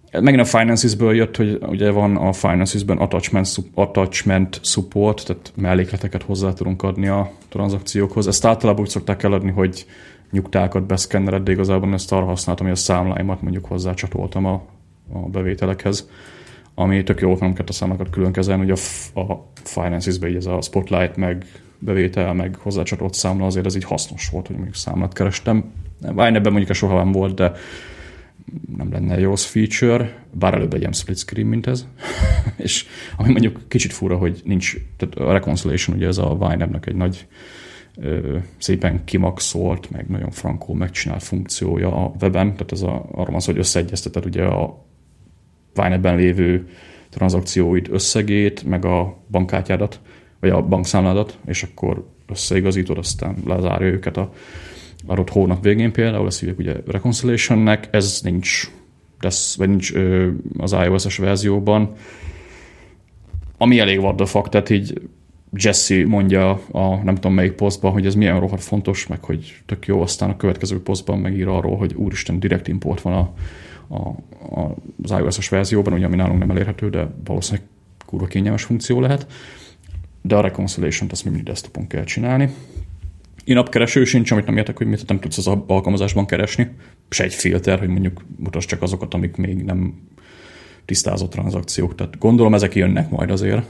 Megint a Finances-ből jött, hogy ugye van a Finances-ben attachment support, tehát mellékleteket hozzá tudunk adni a tranzakciókhoz. Ezt általában úgy szokták eladni, hogy nyugtákat beszkennered, de igazából ezt arra használtam, hogy a számláimat mondjuk hozzácsatoltam a bevételekhez, ami tök jó, nem kell a számlákat külön kezelni, hogy a Finances-ben így ez a Spotlight, meg bevétel, meg hozzácsatolt számla, azért ez így hasznos volt, hogy mondjuk számlát kerestem. Ebben mondjuk soha nem volt, de nem lenne jó feature, bár előbb egy ilyen split screen, mint ez. És ami mondjuk kicsit fura, hogy nincs, tehát a reconciliation, ugye ez a YNAB-nek egy nagy szépen kimaxolt, meg nagyon frankul megcsinált funkciója a weben, tehát ez arra van szó, hogy összeegyezteted ugye a YNAB-ben lévő tranzakcióid összegét, meg a bankkártyádat, vagy a bankszámládat, és akkor összeigazítod, aztán lezárja őket a adott hónap végén például, ezt hívják ugye reconciliationnek, ez nincs, vagy nincs az iOS-es verzióban, ami elég what the fuck, tehát így Jesse mondja a nem tudom melyik posztban, hogy ez milyen rohadt fontos, meg hogy tök jó, aztán a következő posztban megír arról, hogy úristen, direct import van az iOS-es verzióban, ugye ami nálunk nem elérhető, de valószínűleg kurva kényelmes funkció lehet, de a reconciliation-t azt mindig desktopon kell csinálni. In-app kereső sincs, amit nem értek, hogy mit nem tudsz az alkalmazásban keresni. Se egy filter, hogy mondjuk mutasd csak azokat, amik még nem tisztázott tranzakciók. Tehát gondolom, ezek jönnek majd azért.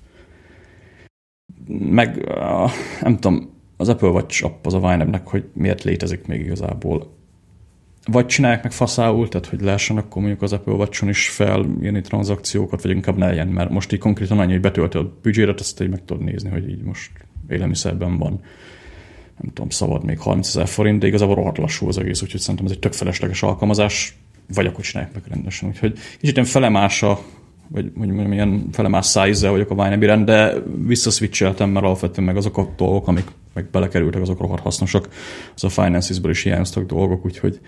Meg nem tudom, az Apple Watch app az a YNAB-nek, hogy miért létezik még igazából. Vagy csinálják meg faszául, tehát hogy lehessen akkor mondjuk az Apple Watch-on is felírni tranzakciókat, vagy inkább ne legyen, mert most így konkrétan annyi, hogy betöltöd a büdzséret, azt így meg tudod nézni, hogy így most élelmiszerben van, nem tudom, szabad még 30 000 forint, de igazából rohadt lassú az egész, úgyhogy szerintem ez egy tök felesleges alkalmazás, vagy akkor csinálják meg rendesen. Úgyhogy kicsit ilyen felemás vagy mondjam, ilyen felemás szájízzel vagyok a YNAB iránt, de visszaszwitcheltem, mert alapvetően meg azok a dolgok, amik meg belekerültek, azok rohadt hasznosak. Az a Finances-ből is hiányoztak dolgok, úgyhogy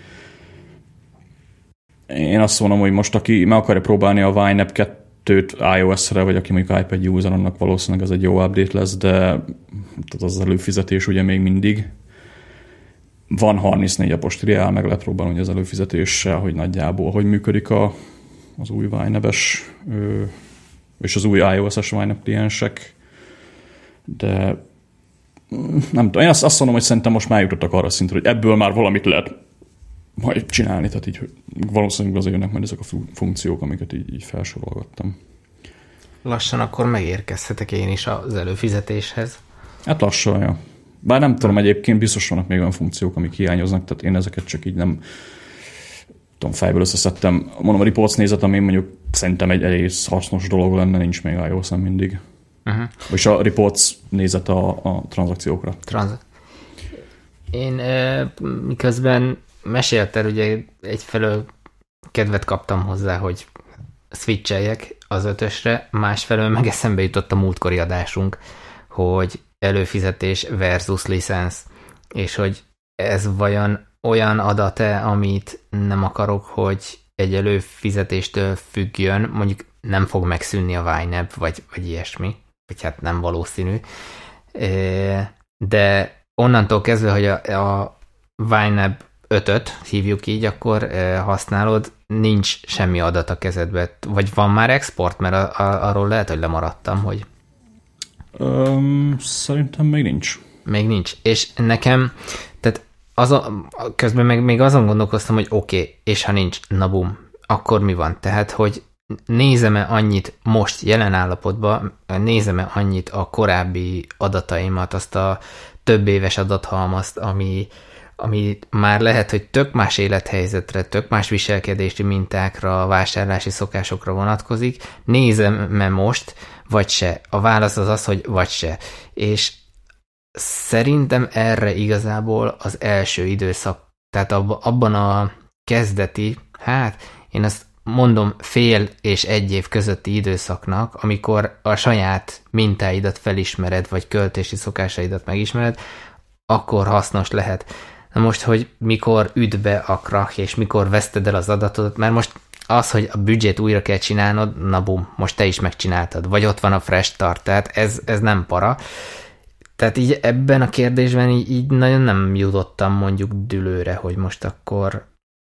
én azt mondom, hogy most aki meg akarja próbálni a YNAB 2-t iOS-re, vagy aki mondjuk iPad user, annak valószínűleg ez egy jó update lesz, de az előfizetés ugye még mindig. Van 34 apos triál, meg lehet próbálni az előfizetéssel, hogy nagyjából hogy működik az új YNAB-es és az új iOS-es YNAB kliensek, de nem tudom, én azt mondom, hogy szerintem most már jutottak arra szintre, hogy ebből már valamit lehet majd csinálni, tehát így valószínűleg azért jönnek majd ezek a funkciók, amiket így felsorolgattam. Lassan akkor megérkezhetek én is az előfizetéshez. Hát lassan, ja. Bár nem tudom, egyébként biztos vannak még olyan funkciók, amik hiányoznak, tehát én ezeket csak így nem tudom, fejből összeszedtem. Mondom, a reports nézet, ami mondjuk szerintem egy egész hasznos dolog lenne, nincs még iOS-en mindig. Uh-huh. És a reports nézet a tranzakciókra. Én miközben meséltél, ugye egyfelől kedvet kaptam hozzá, hogy switcheljek az 5-ösre, másfelől meg eszembe jutott a múltkori adásunk, hogy előfizetés versus licensz, és hogy ez vajon olyan adat-e, amit nem akarok, hogy egy előfizetéstől függjön, mondjuk nem fog megszűnni a YNAB, vagy ilyesmi, vagy hát nem valószínű, de onnantól kezdve, hogy a YNAB 5-öt hívjuk így, akkor használod, nincs semmi adat a kezedbe. Vagy van már export, mert arról lehet, hogy lemaradtam, hogy... Szerintem még nincs. Még nincs. És nekem, tehát közben még azon gondolkoztam, hogy oké, és ha nincs, na bum, akkor mi van? Tehát, hogy nézem-e annyit most jelen állapotban, nézem-e annyit a korábbi adataimat, azt a több éves adathalmazt, ami már lehet, hogy tök más élethelyzetre, tök más viselkedési mintákra, vásárlási szokásokra vonatkozik. Nézem-e most, vagy se? A válasz az, hogy vagy se. És szerintem erre igazából az első időszak, tehát abban a kezdeti, én azt mondom fél és 1 év közötti időszaknak, amikor a saját mintáidat felismered, vagy költési szokásaidat megismered, akkor hasznos lehet. Na most, hogy mikor üt be a krach, és mikor veszted el az adatodat, mert most az, hogy a büdzsét újra kell csinálnod, na bum, most te is megcsináltad, vagy ott van a fresh start, tehát ez nem para. Tehát így ebben a kérdésben így nagyon nem jutottam mondjuk dülőre, hogy most akkor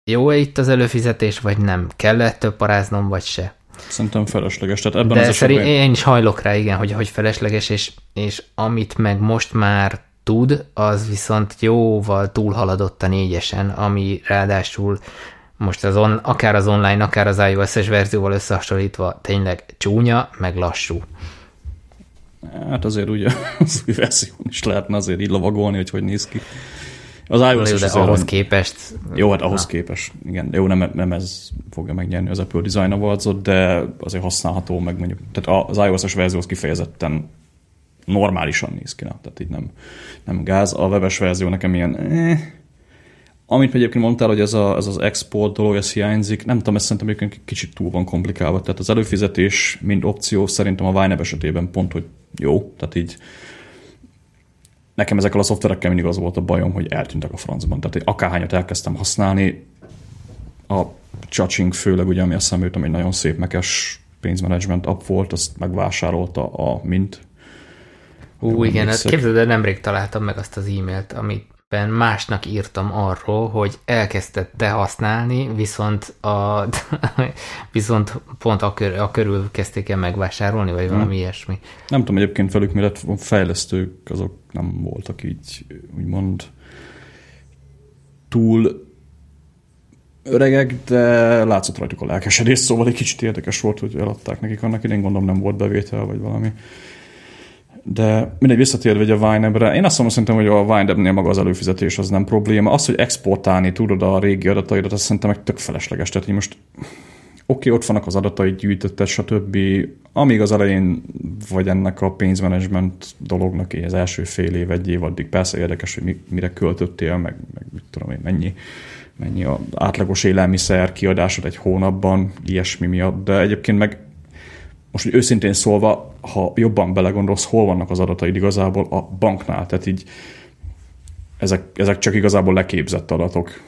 jó-e itt az előfizetés, vagy nem? Kell-e több paráznom, vagy se? Szerintem felesleges. Tehát ebben de szerint én is hajlok rá, igen, hogy felesleges, és amit meg most már tud, az viszont jóval túlhaladott a 4-esen, ami ráadásul most akár az online, akár az iOS-es verzióval összehasonlítva tényleg csúnya, meg lassú. Hát azért ugye az új verzión is lehetne azért így lovagolni, hogy néz ki. Az iOS is ahhoz képest... Jó, hát ahhoz képest. Igen, jó, nem ez fogja megnyerni az Apple Design Awards-ot, de azért használható meg mondjuk. Tehát az iOS-es verzió az kifejezetten normálisan néz ki. Tehát így nem gáz. A webes verzió nekem ilyen... Amit egyébként mondtál, hogy ez az export dolog, ez hiányzik, nem tudom, ez szerintem egyébként kicsit túl van komplikálva. Tehát az előfizetés, mind opció, szerintem a YNAB esetében pont, hogy jó. Tehát így nekem ezekkel a szoftverekkel mindig az volt a bajom, hogy eltűntek a francban. Tehát akárhányat elkezdtem használni, a Cha-Ching főleg, ugye, ami eszembe jutott, egy nagyon szép mekes pénzmenedzsment app volt, azt megvásárolta a Mint. Igen, képzeld el, nemrég találtam meg azt az e-mailt, amiben másnak írtam arról, hogy elkezdted te használni, viszont pont a körül kezdték el megvásárolni, vagy valami ilyesmi. Nem tudom egyébként velük, mi lett, fejlesztők azok nem voltak így, úgymond túl öregek, de látszott rajtuk a lelkesedés, szóval egy kicsit érdekes volt, hogy eladták nekik annak idején, gondolom nem volt bevétel, vagy valami. De mindegy, visszatérve a YNAB-re, én azt szerintem, hogy a YNAB-nél maga az előfizetés az nem probléma. Az, hogy exportálni tudod a régi adataidat, azt szerintem meg tök felesleges. Tehát most oké, ott vannak az adatai gyűjtötted, stb. Amíg az elején vagy ennek a pénzmenedzsment dolognak az első fél év, egy év addig persze érdekes, hogy mire költöttél, meg mit tudom én, mennyi az átlagos élelmiszer kiadásod egy hónapban, ilyesmi miatt, de egyébként meg most, hogy őszintén szólva, ha jobban belegondolsz, hol vannak az adataid igazából a banknál, tehát így ezek csak igazából leképzett adatok.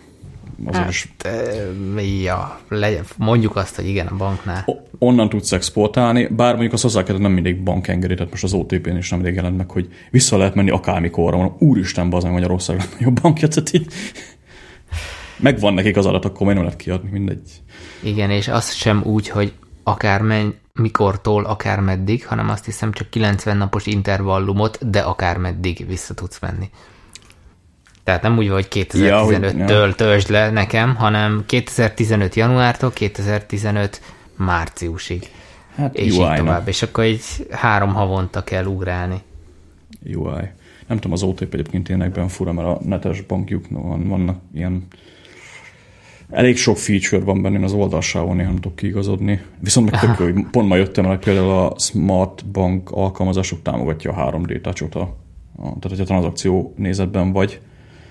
Mondjuk azt, hogy igen, a banknál. Onnan tudsz exportálni, bár mondjuk az hozzákerül nem mindig bank engedi, tehát most az OTP-n is nemrég jelent meg, hogy vissza lehet menni akármikorra, mondom, úristen, bazen Magyarországon nagyobb bankja, tehát így megvan nekik az adat, akkor majd nem lehet kiadni, mindegy. Igen, és az sem úgy, hogy mikortól akármeddig, hanem azt hiszem csak 90 napos intervallumot, de akármeddig vissza tudsz menni. Tehát nem úgy, hogy 2015-től töltsd le nekem, hanem 2015 januártól 2015 márciusig. Hát és így tovább. És akkor így 3 havonta kell ugrálni. UI. Nem tudom, az OTP egyébként ilyenekben fura, mert a netes bankjuk vannak ilyen elég sok feature van benne, az oldalsávon néha nem tudok kiigazodni. Viszont meg tök, hogy pont ma jöttem el, hogy például a Smart Bank alkalmazások támogatja a 3D touch-ot. Tehát, hogy a tranzakció nézetben vagy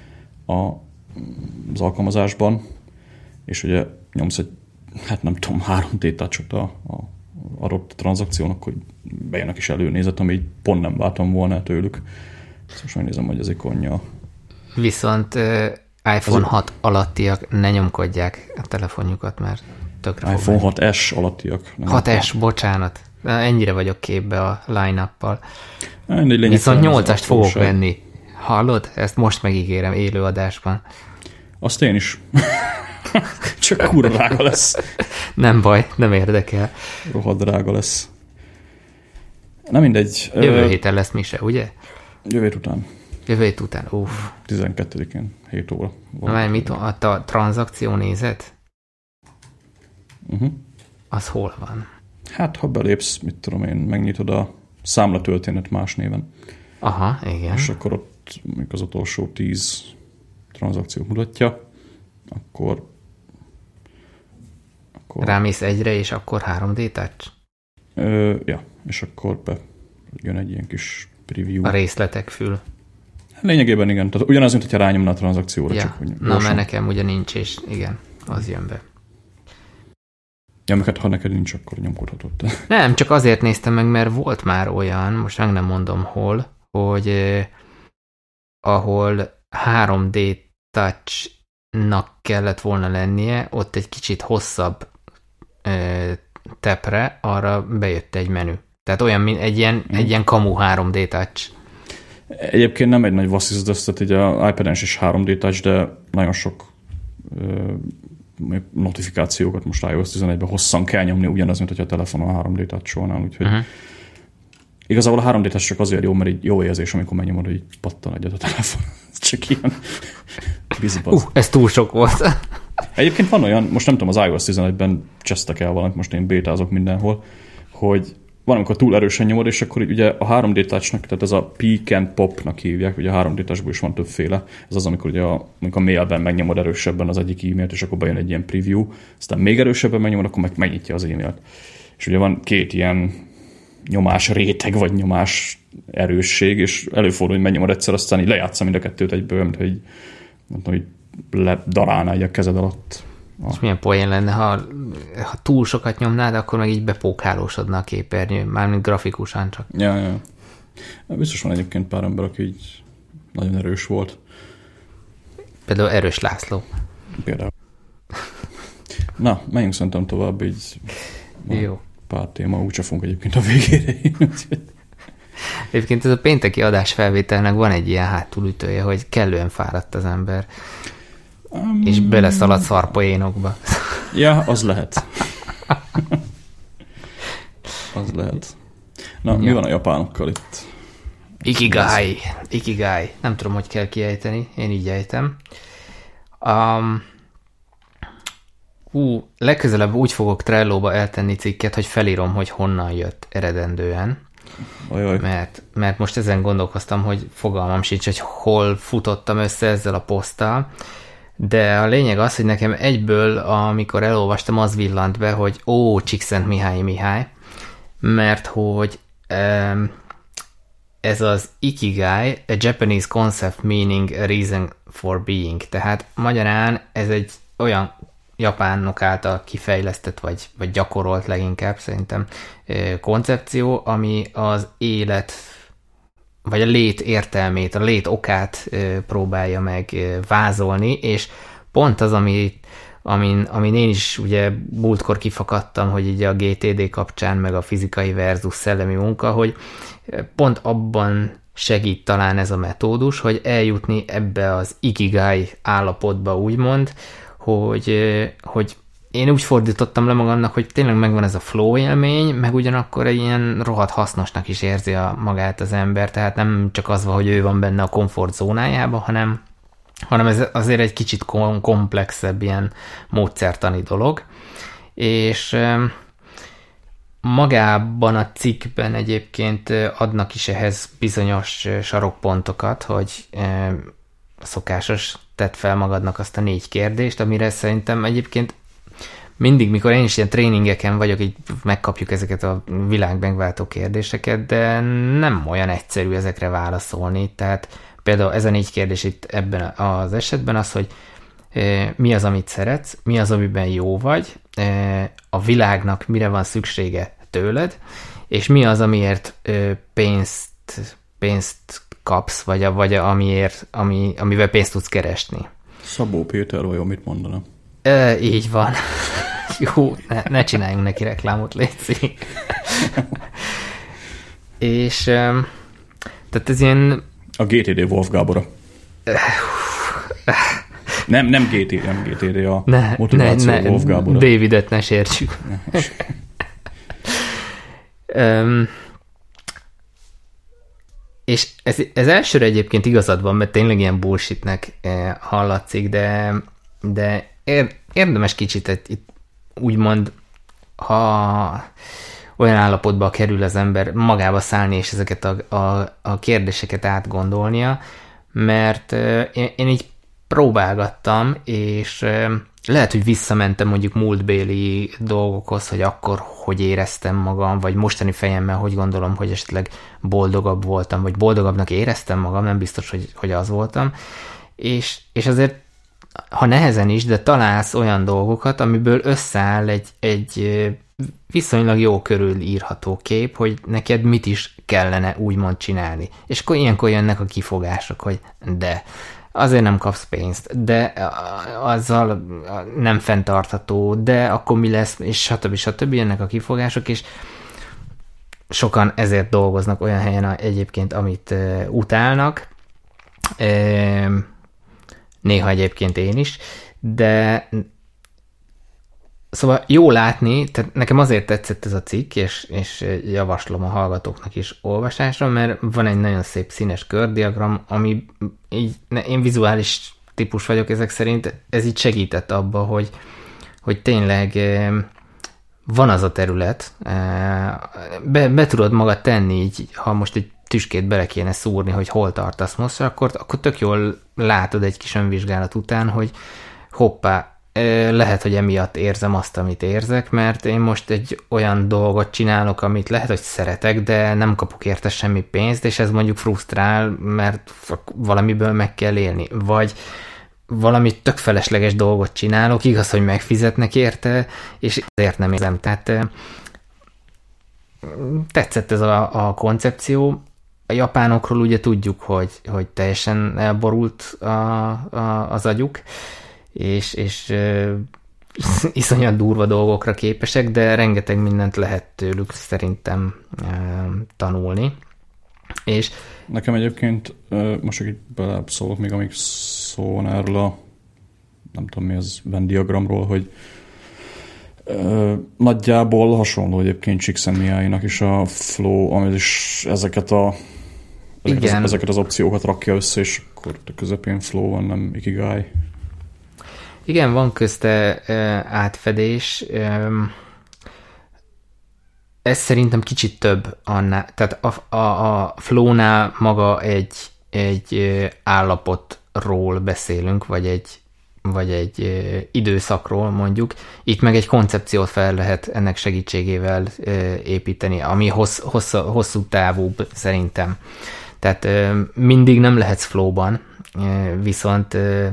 az alkalmazásban, és ugye nyomsz egy, hát nem tudom, 3D touch-ot a adott tranzakción, akkor bejön a kis előnézet, ami így pont nem váltam volna tőlük. Ezt most megnézem, hogy ez ikonja. Viszont iPhone 6 alattiak ne nyomkodják a telefonjukat, mert tökre iPhone 6S alattiak. 6S, bocsánat. Ennyire vagyok képbe a line-uppal. Viszont 8-ast fogok venni. Hallod? Ezt most megígérem élőadásban. Azt én is. Csak kurva drága lesz. Nem baj, nem érdekel. Rohadt drága lesz. Nem mindegy. Jövő héten lesz Mise, ugye? Jövő hét után. Jövő hét után, 12-én, 7 óra. Mit a tranzakció nézet? Az hol van? Hát, ha belépsz, mit tudom én, megnyitod a számlatörténet más néven. Aha, igen. És akkor ott mondjuk az utolsó 10 tranzakciót mutatja, akkor rámész egyre, és akkor 3D touch? Ja, és akkor jön egy ilyen kis preview. A részletek fül. Lényegében igen, tehát ugyanaz, mint hogyha rányomna a tranzakcióra. Ja. Csak úgy na, mert nekem ugye nincs, és igen, az jön be. Ja, meg hát ha neked nincs, akkor nyomkodhatod. Nem, csak azért néztem meg, mert volt már olyan, most meg nem mondom hol, hogy ahol 3D touch-nak kellett volna lennie, ott egy kicsit hosszabb tepre, arra bejött egy menü. Tehát olyan, mint egy ilyen kamu 3D touch. Egyébként nem egy nagy vasszizdat, tehát így a iPad-en is 3D touch, de nagyon sok notifikációkat most iOS 11-ben hosszan kell nyomni, ugyanaz, mint hogyha a telefonon a 3D touch-olnál, úgyhogy igazából a 3D touch csak azért jó, mert így jó érzés, amikor megnyomod, hogy így pattan egyet a telefon. Csak ilyen bizibaz. Ez túl sok volt. Egyébként van olyan, most nem tudom, az iOS 11-ben csesztek el valamit, most én bétázok mindenhol, hogy van, amikor túl erősen nyomod, és akkor ugye a 3D touchnak, tehát ez a peak and popnak hívják, ugye a 3D touchból is van többféle. Ez az, amikor ugye amikor a mailben megnyomod erősebben az egyik e-mailt, és akkor bejön egy ilyen preview, aztán még erősebben megnyomod, akkor meg megnyitja az e-mailt. És ugye van két ilyen nyomás réteg, vagy nyomás erősség, és előfordul, hogy megnyomod egyszer, aztán így lejátszom mind a kettőt egyből, mint hogy nem tudom, hogy ledarálná így a kezed alatt. És milyen poén lenne, ha túl sokat nyomnád, akkor meg így bepókhálósodna a képernyő, mármint grafikusan csak. Ja. Biztos van egyébként pár ember, aki így nagyon erős volt. Például Erős László. Például. Na, menjünk szerintem tovább, így jó. Pár téma, úgyse fogunk egyébként a végére. Egyébként ez a pénteki adásfelvételnek van egy ilyen hátulütője, hogy kellően fáradt az ember. És beleszaladt szarpoénokba. Ja, az lehet. Az lehet. Na, mi van a japánokkal itt? Ikigai. Nem tudom, hogy kell kiejteni. Én így ejtem. Legközelebb úgy fogok Trello-ba eltenni cikket, hogy felírom, hogy honnan jött eredendően. Ajaj. Mert most ezen gondolkoztam, hogy fogalmam sincs, hogy hol futottam össze ezzel a poszttal. De a lényeg az, hogy nekem egyből, amikor elolvastam, az villant be, hogy Csíkszentmihályi, mert hogy ez az Ikigai, a Japanese concept meaning a reason for being. Tehát magyarán ez egy olyan japánok által kifejlesztett, vagy gyakorolt leginkább szerintem koncepció, ami az élet, vagy a lét értelmét, a lét okát próbálja meg vázolni, és pont az, amin én is ugye múltkor kifakadtam, hogy így a GTD kapcsán, meg a fizikai versus szellemi munka, hogy pont abban segít talán ez a metódus, hogy eljutni ebbe az ikigai állapotba, úgymond, hogy én úgy fordítottam le magamnak, hogy tényleg megvan ez a flow élmény, meg ugyanakkor egy ilyen rohadt hasznosnak is érzi magát az ember, tehát nem csak az van, hogy ő van benne a komfort zónájában, hanem ez azért egy kicsit komplexebb ilyen módszertani dolog. És magában a cikkben egyébként adnak is ehhez bizonyos sarokpontokat, hogy szokásos, tedd fel magadnak azt a 4 kérdést, amire szerintem egyébként mindig, mikor én is ilyen tréningeken vagyok, így megkapjuk ezeket a világ megváltó kérdéseket, de nem olyan egyszerű ezekre válaszolni. Tehát például ez a 4 kérdés itt ebben az esetben az, hogy mi az, amit szeretsz, mi az, amiben jó vagy, a világnak mire van szüksége tőled, és mi az, amiért pénzt kapsz, vagy amivel pénzt tudsz keresni. Szabó Péter, vajon mit mondaná? Így van. Jó, ne csináljunk neki reklámot, létszik. És tehát ez ilyen... A GTD Wolf Gábora. nem GTD, a motiváció Wolf Gábora. Davidet ne sértsük. És ez elsőre egyébként igazad van, mert tényleg ilyen bullshitnek hallatszik, de érdemes kicsit itt úgymond, ha olyan állapotba kerül az ember magába szállni, és ezeket a kérdéseket átgondolnia, mert én így próbálgattam, és lehet, hogy visszamentem mondjuk múltbéli dolgokhoz, hogy akkor hogy éreztem magam, vagy mostani fejemmel hogy gondolom, hogy esetleg boldogabb voltam, vagy boldogabbnak éreztem magam, nem biztos, hogy az voltam. És azért, ha nehezen is, de találsz olyan dolgokat, amiből összeáll egy viszonylag jó körül írható kép, hogy neked mit is kellene úgymond csinálni. És akkor ilyenkor jönnek a kifogások, hogy de azért nem kapsz pénzt, de azzal nem fenntartható, de akkor mi lesz, és stb. Jönnek a kifogások, és sokan ezért dolgoznak olyan helyen egyébként, amit utálnak. Néha egyébként én is, de Szóval jó látni, tehát nekem azért tetszett ez a cikk, és javaslom a hallgatóknak is olvasásra, mert van egy nagyon szép színes kördiagram, ami így, én vizuális típus vagyok ezek szerint, ez így segített abba, hogy tényleg van az a terület, be tudod magad tenni, így, ha most egy tüskét bele kéne szúrni, hogy hol tartasz most, akkor tök jól látod egy kis önvizsgálat után, hogy hoppá, lehet, hogy emiatt érzem azt, amit érzek, mert én most egy olyan dolgot csinálok, amit lehet, hogy szeretek, de nem kapok érte semmi pénzt, és ez mondjuk frusztrál, mert valamiből meg kell élni. Vagy valami tök felesleges dolgot csinálok, igaz, hogy megfizetnek érte, és ezért nem érzem. Tehát tetszett ez a koncepció. A japánokról ugye tudjuk, hogy teljesen elborult az agyuk, és iszonyat durva dolgokra képesek, de rengeteg mindent lehet tőlük szerintem tanulni. És nekem egyébként, most csak így beleszólok még, amíg szó van erről a, nem tudom mi az, Venn diagramról, hogy nagyjából hasonló egyébként Csikszentmihalyinak is a flow, ami is ezeket az opciókat rakja össze, és akkor a közepén flow van, nem ikigai. Igen, van közte átfedés. Ez szerintem kicsit több annál. Tehát a flow-nál maga egy állapotról beszélünk, vagy egy időszakról mondjuk. Itt meg egy koncepciót fel lehet ennek segítségével építeni, ami hosszú távúbb szerintem. Tehát mindig nem lehetsz flow-ban, viszont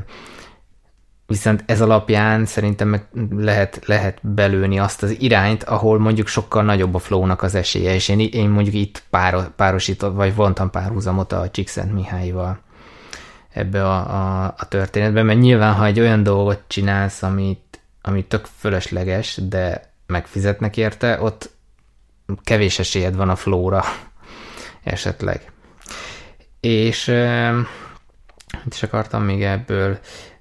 ez alapján szerintem meg lehet belőni azt az irányt, ahol mondjuk sokkal nagyobb a flow-nak az esélye, és én mondjuk itt párosított, vagy vontam párhuzamot a Csikszentmihályival ebbe a történetben, mert nyilván, ha egy olyan dolgot csinálsz, ami tök fölösleges, de megfizetnek érte, ott kevés esélyed van a flow-ra esetleg. És mit is akartam még ebből?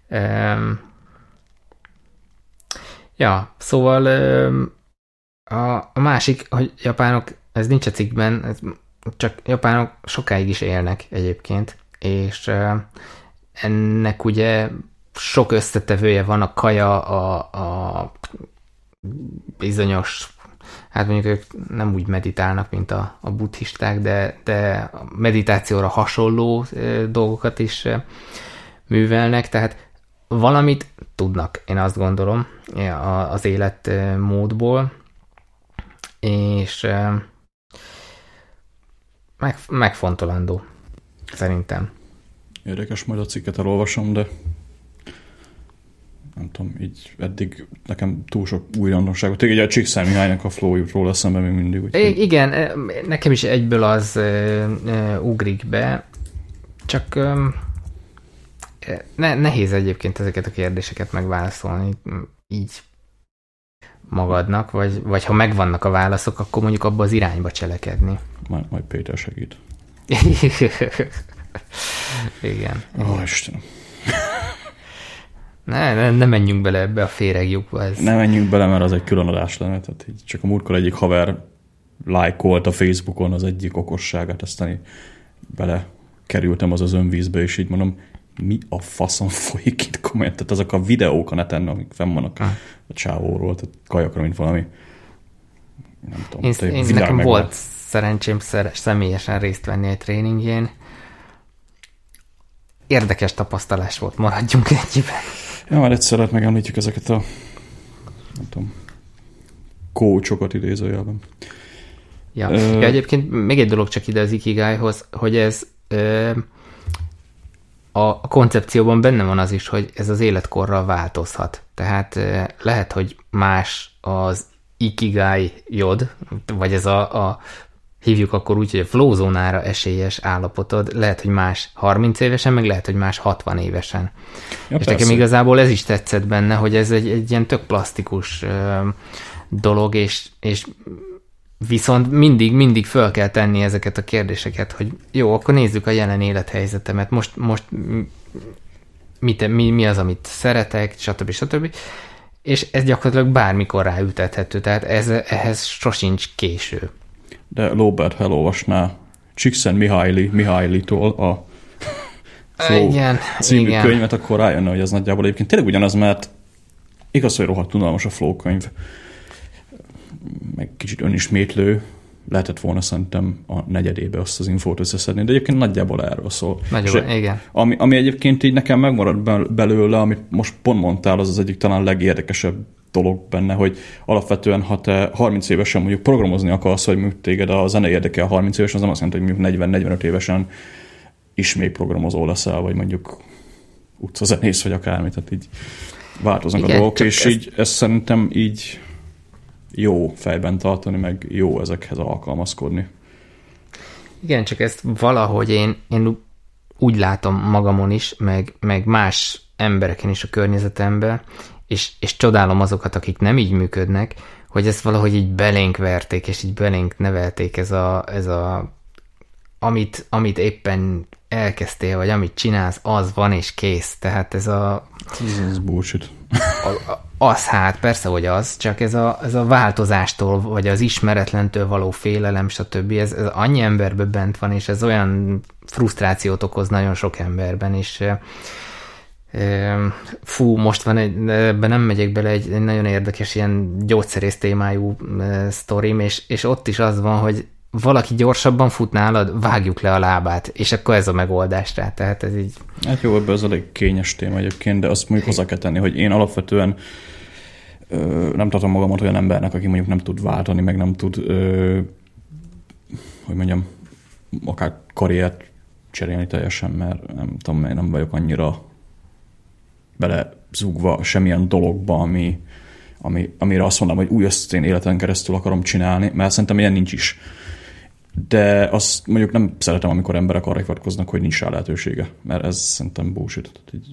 Szóval a másik, hogy japánok, ez nincs a cikkben, csak japánok sokáig is élnek egyébként, és ennek ugye sok összetevője van, a kaja, a bizonyos, hát mondjuk ők nem úgy meditálnak, mint a buddhisták, de a meditációra hasonló dolgokat is művelnek, tehát valamit tudnak, én azt gondolom, az életmódból, és megfontolandó, szerintem. Érdekes, majd a cikket elolvasom, de nem tudom, így eddig nekem túl sok újdonságot. Tényleg a Csikszentmihalyinak a flow-ról eszembe még mindig. Úgyhogy... Igen, nekem is egyből az ugrik be, csak nehéz egyébként ezeket a kérdéseket megválaszolni így magadnak, vagy ha megvannak a válaszok, akkor mondjuk abba az irányba cselekedni. Majd Péter segít. Igen. Ó, Istenem. Ne menjünk bele ebbe a féregjukba. Ne menjünk bele, mert az egy külön adás lenne. Tehát így csak a múltkor egyik haver lájkolt a Facebookon az egyik okosságát, aztán így bele kerültem az önvízbe, és így mondom, mi a faszon folyik itt kommentet? Azok a videók a neten, amik fenn vannak a csávóról, tehát kajakra, mint valami, nem tudom. Én nekem volt szerencsém személyesen részt venni egy tréningjén. Érdekes tapasztalás volt, maradjunk ennyiben. Ja, már egyszer megemlítjük ezeket a, nem tudom, coachokat idézőjelben. Ja, egyébként még egy dolog csak ide az Ikigaihoz, hogy ez a koncepcióban benne van az is, hogy ez az életkorral változhat. Tehát lehet, hogy más az Ikigai-jod, vagy ez hívjuk akkor úgy, hogy a flow zónára esélyes állapotod, lehet, hogy más 30 évesen, meg lehet, hogy más 60 évesen. Ja, és nekem igazából ez is tetszett benne, hogy ez egy ilyen tök plastikus dolog, és viszont mindig föl kell tenni ezeket a kérdéseket, hogy jó, akkor nézzük a jelen élethelyzetemet, most mi az, amit szeretek, stb. és ez gyakorlatilag bármikor ráültethető, tehát ehhez sosincs késő. De Lóbert elolvasná Csikszentmihalyi-tól a Flow című könyvet, akkor rájönne, hogy ez nagyjából egyébként tényleg ugyanaz, mert igaz, hogy rohadt unalmas a Flow könyv, meg kicsit önismétlő, lehetett volna szerintem a negyedébe azt az infót összeszedni, de egyébként nagyjából erről szól. Nagyjából, igen. Ami egyébként így nekem megmaradt belőle, amit most pont mondtál, az egyik talán legérdekesebb dolog benne, hogy alapvetően, ha te 30 évesen mondjuk programozni akarsz, vagy mondjuk téged a zene érdekel 30 évesen, az nem azt jelenti, hogy mondjuk 40-45 évesen is még programozó leszel, vagy mondjuk utcazenész, vagy akármi, tehát így változnak a dolgok, és így ezt szerintem így jó fejben tartani, meg jó ezekhez alkalmazkodni. Igen, csak ezt valahogy én úgy látom magamon is, meg más embereken is a környezetemben, és csodálom azokat, akik nem így működnek, hogy ezt valahogy így belénk verték, és így belénk nevelték ez a amit éppen elkezdtél, vagy amit csinálsz, az van és kész. Tehát ez Ez bullshit. Az hát, persze, hogy az, csak ez a változástól, vagy az ismeretlentől való félelem, stb. Ez annyi emberben bent van, és ez olyan frusztrációt okoz nagyon sok emberben, és most van ebben nem megyek bele, egy nagyon érdekes ilyen gyógyszerész témájú sztorim, és ott is az van, hogy valaki gyorsabban fut nálad, vágjuk le a lábát, és akkor ez a megoldás rá, tehát ez így... Hát jó, ebben az elég kényes téma egyébként, de azt mondjuk hozzá kell tenni, hogy én alapvetően nem tartom magamat olyan embernek, aki mondjuk nem tud váltani, meg nem tud, hogy mondjam, akár karriert cserélni teljesen, mert nem tudom, én nem vagyok annyira belezúgva semmilyen dologba, amire azt mondom, hogy új, azt én életen keresztül akarom csinálni, mert szerintem ilyen nincs is. De azt mondjuk nem szeretem, amikor emberek arra hivatkoznak, hogy nincs rá lehetősége, mert ez szerintem bullshit.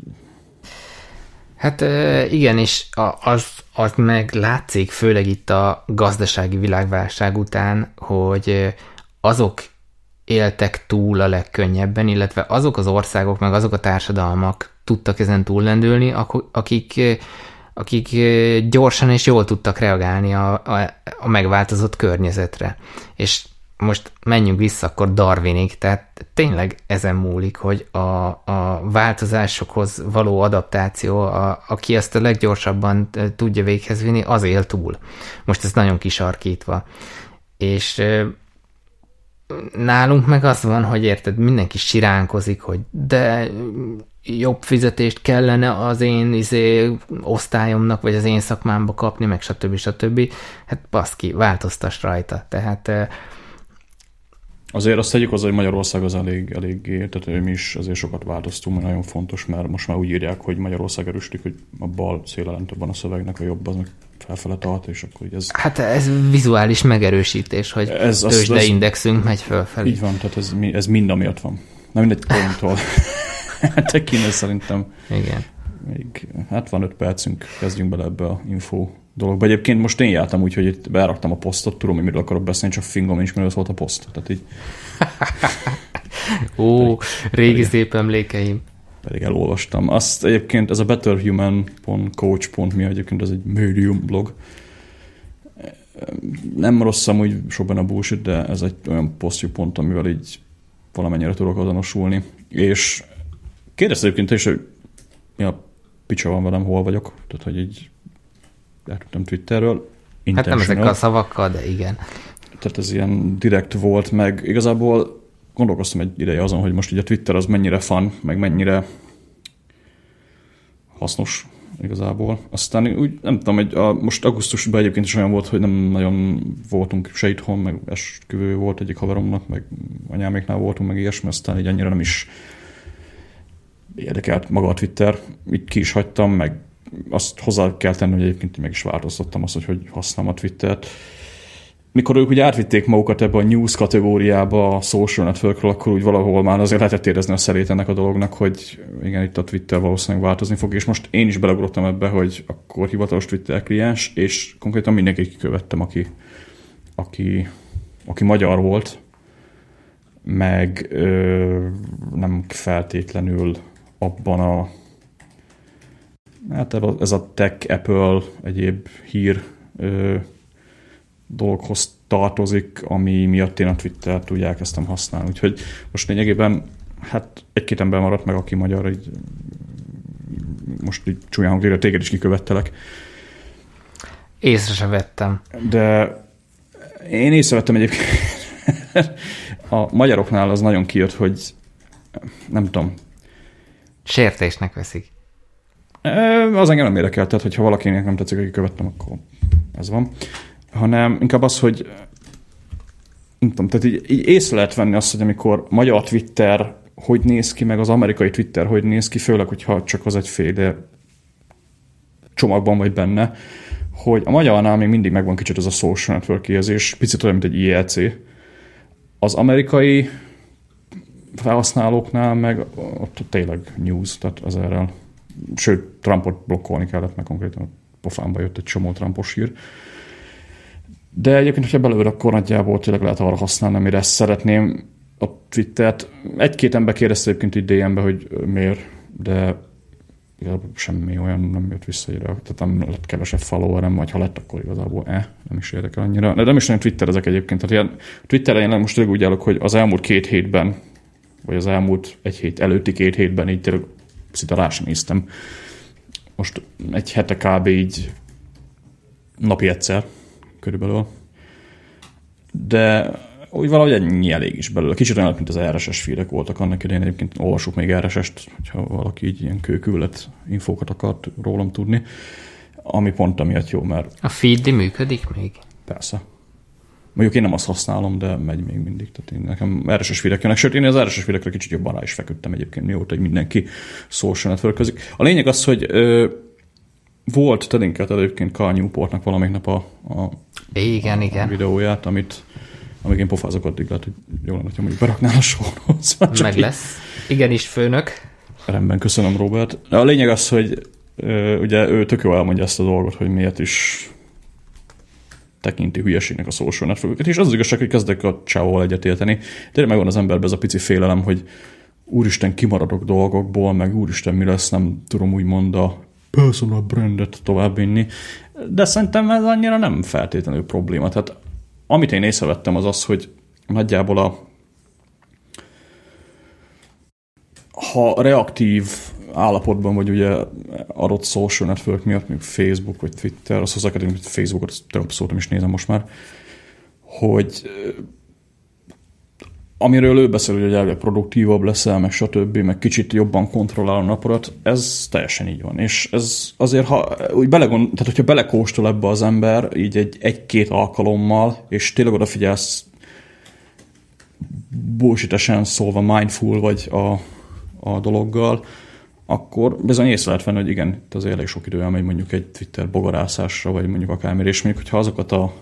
Hát igen, és az meg látszik, főleg itt a gazdasági világválság után, hogy azok éltek túl a legkönnyebben, illetve azok az országok, meg azok a társadalmak tudtak ezen túllendülni, akik gyorsan és jól tudtak reagálni a megváltozott környezetre. És most menjünk vissza akkor Darwinig, tehát tényleg ezen múlik, hogy a változásokhoz való adaptáció, aki ezt a leggyorsabban tudja véghez vinni, az él túl. Most ez nagyon kisarkítva. És nálunk meg az van, hogy érted, mindenki siránkozik, hogy de jobb fizetést kellene az én osztályomnak, vagy az én szakmámba kapni, meg stb. Hát baszki, változtass rajta. Tehát azért azt tegyük hozzá, hogy Magyarország az eléggé, tehát mi is azért sokat változtunk, mert nagyon fontos, mert most már úgy írják, hogy Magyarország erősödik, hogy a bal széle lentebb van a szövegnek, a jobb az meg felfele tart, és akkor így ez... Hát ez vizuális megerősítés, hogy tőzsdeindexünk megy fölfelé. Így van, tehát ez mind amiatt van. Nem mindegy pontól. Te kéne szerintem. Igen. Még, hát van 5 percünk, kezdjünk bele ebbe a info dologba. Egyébként most én jártam úgy, hogy itt beraktam a posztot, tudom, hogy miről akarok beszélni, csak fingom nincs, miről szólt a poszt. Tehát így... régi szép emlékeim. Pedig elolvastam. Azt egyébként ez a betterhuman.coach.me egyébként ez egy Medium blog. Nem rossz amúgy sokban a bullshit, de ez egy olyan posztjú pont, amivel így valamennyire tudok azonosulni. És kérdezte egyébként is, hogy mi a picsa van velem, hol vagyok. Tehát, hogy így eltudtam Twitterről. Hát nem ezekkel a szavakkal, de igen. Tehát ez ilyen direkt volt, meg igazából gondolkoztam egy ideje azon, hogy most így a Twitter az mennyire fun, meg mennyire hasznos igazából. Aztán úgy nem tudom, hogy most augusztusban egyébként is olyan volt, hogy nem nagyon voltunk se itthon, meg esküvő volt egyik haveromnak, meg anyáméknál voltunk, meg ilyesmi, aztán így annyira nem is érdekelt maga a Twitter. Így ki is hagytam, meg azt hozzá kell tenni, hogy egyébként meg is változtattam azt, hogy használom a Twittert. Mikor ők ugye átvitték magukat ebbe a news kategóriába a social networkről, akkor úgy valahol már azért lehetett érezni a szerét ennek a dolognak, hogy igen, itt a Twitter valószínűleg változni fog, és most én is beleugrottam ebbe, hogy akkor hivatalos Twitter kliens, és konkrétan mindenkit kikövettem, aki magyar volt, meg nem feltétlenül abban a Hát ez a tech, Apple, egyéb hír dologhoz tartozik, ami miatt én a Twittert úgy elkezdtem használni. Úgyhogy most lényegében hát egy-két ember maradt meg, aki magyar, így most így csúnyán hangzik, téged is kikövettelek. Észre se vettem. De én észrevettem egyébként. A magyaroknál az nagyon kijött, hogy nem tudom. Sértésnek veszik. Az engem nem érdekel, tehát hogyha valakinek nem tetszik, aki követtem, akkor ez van. Hanem inkább az, hogy nem tudom, tehát így észre lehet venni azt, hogy amikor magyar Twitter hogy néz ki, meg az amerikai Twitter hogy néz ki, főleg, hogyha csak az egyféle csomagban vagy benne, hogy a magyarnál még mindig megvan kicsit ez a social network érzés, picit olyan, mint egy IRC. Az amerikai felhasználóknál meg ott tényleg news, tehát ezerrel. Sőt, Trumpot blokkolni kellett, meg konkrétan pofámba jött egy csomó Trumpos hír. De egyébként, hogyha belőle, akkor nagyjából tényleg lehet arra használni, amire ezt szeretném a Twittert. Egy-két ember kérdezte egyébként így DM-be, hogy miért, de semmi olyan nem jött vissza ide. Tehát nem lett kevesebb followerem, vagy ha lett, akkor igazából nem is érdekel annyira. De nem is nagyon Twitter ezek egyébként. Tehát ilyen Twitteren én most úgy állok, hogy az elmúlt 2 hétben, vagy az elmúlt 1 hét előtti 2 hétben így tényleg szinte rá sem néztem. Most egy hete kb. Így napi egyszer körülbelül. De úgy valahogy ennyi elég is belőle. Kicsit olyan, mint az RSS feedek voltak annak idején. Egyébként olvassuk még RSS-t, hogyha valaki így ilyen kőkület infókat akart rólam tudni. Ami pont amiatt jó, mert... A feed működik még? Persze. Mondjuk én nem azt használom, de megy még mindig. Tehát nekem RSS feedek jönnek. Sőt, én az RSS feedekre kicsit jobban rá is feküdtem egyébként, mióta, hogy mindenki social networközik. A lényeg az, hogy volt, te linkelted egyébként Carl Newportnak valamelyik nap a videóját, amit amíg én pofázok, addig lehet, hogy jól lenne, hogyha mondjuk beraknál a sorhoz. Meg lesz. Igenis, főnök. Rendben, köszönöm, Robert. A lényeg az, hogy ugye ő tök jól elmondja ezt a dolgot, hogy miért is tekinti hülyeségnek a social networköket, és az az igazság, hogy kezdek a csávóval egyetérteni. Tényleg megvan az emberben ez a pici félelem, hogy úristen, kimaradok dolgokból, meg úristen, mi lesz, nem tudom úgymond a personal brandet továbbvinni. De szerintem ez annyira nem feltétlenül probléma. Tehát amit én észrevettem, az az, hogy nagyjából ha reaktív állapotban vagy ugye adott social network miatt, még Facebook vagy Twitter, azt hozzákedünk, hogy Facebookot több abszolút nem is nézem most már, hogy amiről ő beszél, hogy elvileg produktívabb leszel, meg stb., meg kicsit jobban kontrollál a napodat, ez teljesen így van. És ez azért, tehát hogyha belekóstol ebbe az ember, így egy-két alkalommal, és tényleg odafigyelsz bullshit-esen szólva mindful vagy a dologgal, akkor bizony észre lehet venni, hogy igen, itt azért elég sok idő elmegy mondjuk egy Twitter bogarászásra, vagy mondjuk akármire, és mondjuk, hogyha azokat a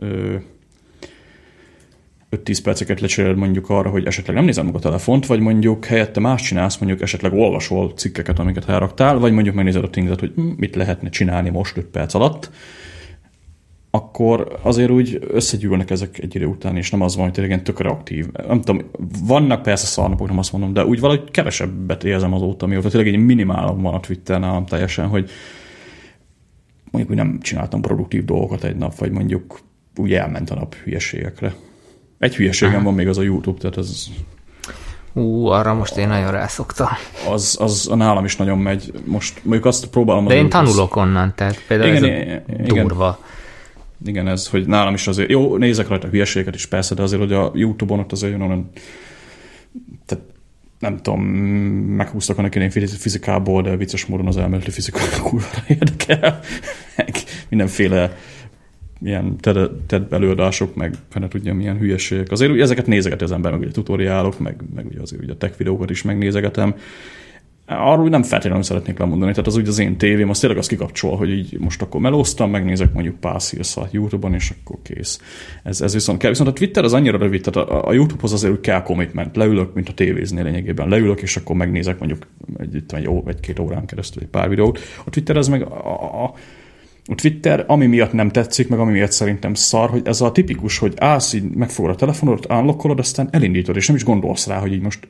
5-10 perceket lecseréled mondjuk arra, hogy esetleg nem nézed meg a telefont, vagy mondjuk helyette más csinálsz, mondjuk esetleg olvasol cikkeket, amiket elraktál, vagy mondjuk megnézed a Things-et, hogy mit lehetne csinálni most 5 perc alatt, akkor azért úgy összegyűlnek ezek egy idő után, és nem az van, hogy tényleg tök reaktív. Nem tudom, vannak persze szarnapok, nem azt mondom, de úgy valahogy kevesebbet érzem azóta, mióta tényleg egy minimálom van a Twitter nálam teljesen, hogy mondjuk úgy nem csináltam produktív dolgokat egy nap, vagy mondjuk úgy elment a nap hülyeségekre. Egy hülyeségem van még, az a YouTube, tehát ez... arra most én nagyon rászoktam. Az nálam is nagyon megy. Most mondjuk azt próbálom... De én tanulok onnan, tehát például igen, ez durva. Igen, ez, hogy nálam is azért... Jó, nézek rajta hülyeségeket is persze, de azért, hogy a YouTube-on ott azért jön olyan... Tehát nem tudom, meghúztak annak én fizikából, de vicces módon az elméleti fizika kurvára érdekel. Mindenféle ilyen TED előadások, meg fene tudja, milyen hülyeségek. Azért ugye ezeket nézegeti az ember, meg ugye tutoriálok, meg ugye azért ugye a tech videókat is megnézegetem. Arról nem feltétlenül szeretnék lemondani, tehát az úgy az én tévém, az tényleg azt kikapcsol, hogy így most akkor melóztam, megnézek mondjuk pár szírszal YouTube-on, és akkor kész. Ez viszont kell. Viszont a Twitter az annyira rövid, tehát a YouTube-hoz azért úgy kell commitment. Leülök, mint a tévéznél lényegében. Leülök, és akkor megnézek mondjuk egy-két órán keresztül egy pár videót. A Twitter az meg Twitter, ami miatt nem tetszik, meg ami miatt szerintem szar, hogy ez a tipikus, hogy állsz, így megfogod a telefonot, unlockolod, aztán elindítod, és nem is gondolsz rá, hogy így most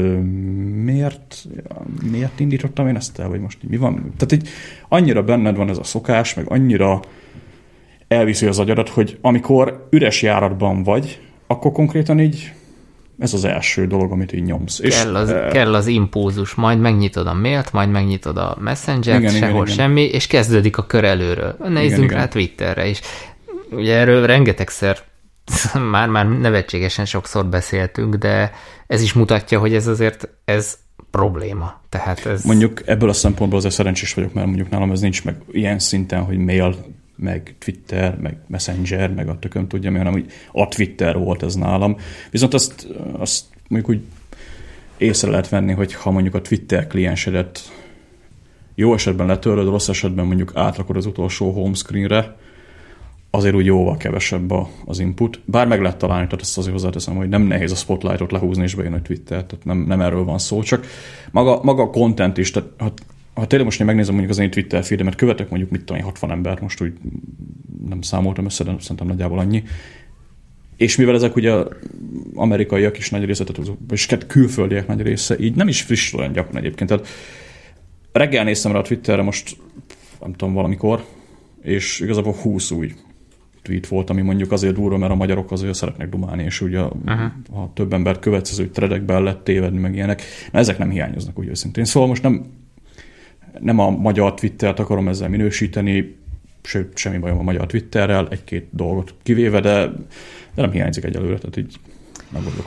miért indítottam én ezt el, vagy most így mi van? Tehát így annyira benned van ez a szokás, meg annyira elviszi az agyadat, hogy amikor üres járatban vagy, akkor konkrétan így ez az első dolog, amit így nyomsz. Kell az impulzus, majd megnyitod a mailt, majd megnyitod a Messenger-t, sehol semmi, és kezdődik a kör előről. Nézzünk rá Twitterre is. Ugye erről rengetegszer, már nevetségesen sokszor beszéltünk, de ez is mutatja, hogy ez probléma. Tehát ez... Mondjuk ebből a szempontból azért szerencsés vagyok, mert mondjuk nálam ez nincs meg ilyen szinten, hogy mail, meg Twitter, meg Messenger, meg a tököm tudja, hanem hogy a Twitter volt ez nálam. Viszont azt mondjuk úgy észre lehet venni, hogy ha mondjuk a Twitter kliensedet jó esetben letöröd, rossz esetben mondjuk átrakod az utolsó home screenre, azért úgy jóval kevesebb az input. Bár meg lehet találni, tehát ezt azért hozzáteszem, hogy nem nehéz a spotlightot lehúzni és bejön a Twitter, tehát nem erről van szó, csak maga a content is, tehát ha tényleg most én megnézem mondjuk az én Twitter feedemet, követek mondjuk mit tudom, 60 embert, most úgy nem számoltam össze, de szerintem nagyjából annyi. És mivel ezek ugye amerikaiak is nagy része, és külföldiek nagy része, így nem is friss olyan gyakran egyébként. Tehát reggel néztem rá a Twitterre most, nem tudom, valamikor, és igazából 20 új tweet volt, ami mondjuk azért durva, mert a magyarok azért szeretnek dumálni, és ugye ha több embert követsz, az úgy threadekbe el lehet tévedni, meg ilyenek. Na, ezek nem hiányoznak úgy őszintén. Szóval most nem a magyar Twittert akarom ezzel minősíteni, sőt, semmi bajom a magyar Twitterrel, egy-két dolgot kivéve, de nem hiányzik egyelőre, tehát így megoldok.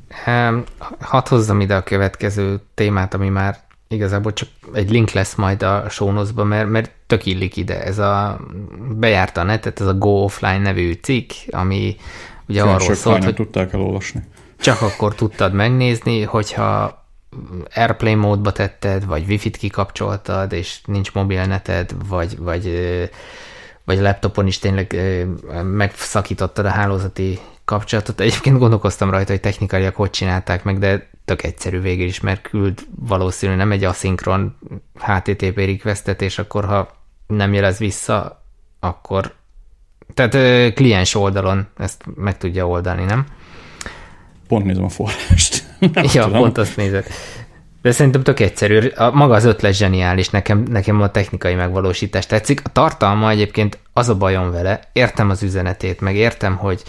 Hadd hozzam ide a következő témát, ami már igazából csak egy link lesz majd a show notes-ba, mert tök illik ide. Ez bejárta a netet, ez a Go Offline nevű cikk, ami ugye arról szólt, hogy tudták elolvasni. Csak akkor tudtad megnézni, hogyha Airplane módba tetted, vagy Wi-Fi-t kikapcsoltad, és nincs mobilneted, vagy laptopon is tényleg megszakítottad a hálózati kapcsolatot. Egyébként gondolkoztam rajta, hogy technikaiak hogy csinálták meg, de tök egyszerű végül is, mert küld valószínűleg nem egy aszinkron HTTP requestet, és akkor ha nem jelez vissza, akkor tehát kliens oldalon ezt meg tudja oldani, nem? Pont nézem a forrást. Ja, pont azt nézed. De szerintem tök egyszerű. Maga az ötlet zseniális, nekem a technikai megvalósítás tetszik. A tartalma egyébként az a bajom vele, értem az üzenetét, meg értem, hogy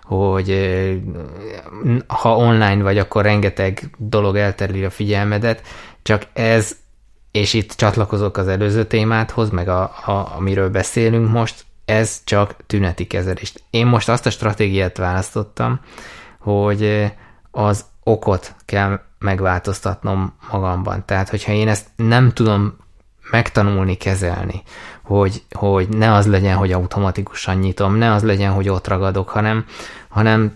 ha online vagy, akkor rengeteg dolog eltereli a figyelmedet, csak ez, és itt csatlakozok az előző témáthoz, meg amiről beszélünk most, ez csak tüneti kezelést. Én most azt a stratégiát választottam, hogy az okot kell megváltoztatnom magamban. Tehát, hogyha én ezt nem tudom megtanulni, kezelni, hogy ne az legyen, hogy automatikusan nyitom, ne az legyen, hogy ott ragadok, hanem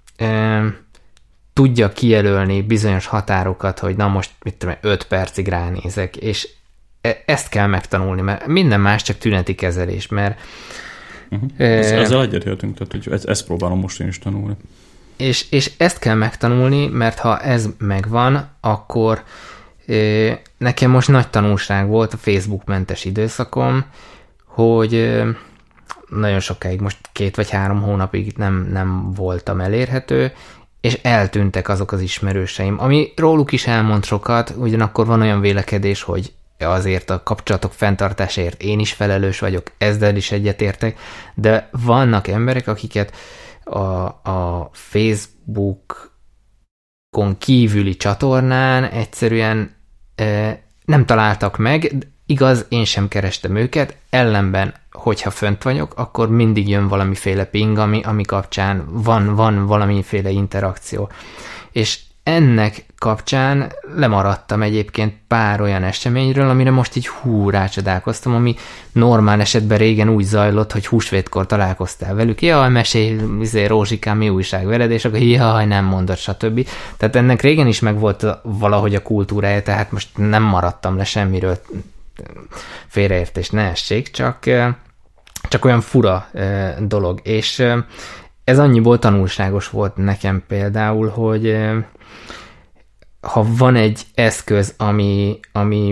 tudja kijelölni bizonyos határokat, hogy na most 5 percig ránézek, és ezt kell megtanulni, mert minden más csak tüneti kezelés, mert ezzel egyetértünk, tehát hogy ezt próbálom most én is tanulni. És ezt kell megtanulni, mert ha ez megvan, akkor nekem most nagy tanulság volt a Facebook mentes időszakom, hogy nagyon sokáig, most 2 vagy 3 hónapig nem voltam elérhető, és eltűntek azok az ismerőseim, ami róluk is elmond sokat, ugyanakkor van olyan vélekedés, hogy azért a kapcsolatok fenntartásáért én is felelős vagyok, ezzel is egyetértek, de vannak emberek, akiket a Facebookon kívüli csatornán egyszerűen nem találtak meg, igaz, én sem kerestem őket, ellenben, hogyha fönt vagyok, akkor mindig jön valamiféle ping, ami kapcsán van valamiféle interakció. És ennek kapcsán lemaradtam egyébként pár olyan eseményről, amire most így rácsodálkoztam, ami normál esetben régen úgy zajlott, hogy húsvétkor találkoztál velük, jaj, mesélj, Rózsikám, mi újság veled, és akkor jaj, nem mondod, stb. Tehát ennek régen is megvolt valahogy a kultúrája, tehát most nem maradtam le semmiről, félreértés ne essék, csak olyan fura dolog, és ez annyiból tanulságos volt nekem például, hogy ha van egy eszköz, ami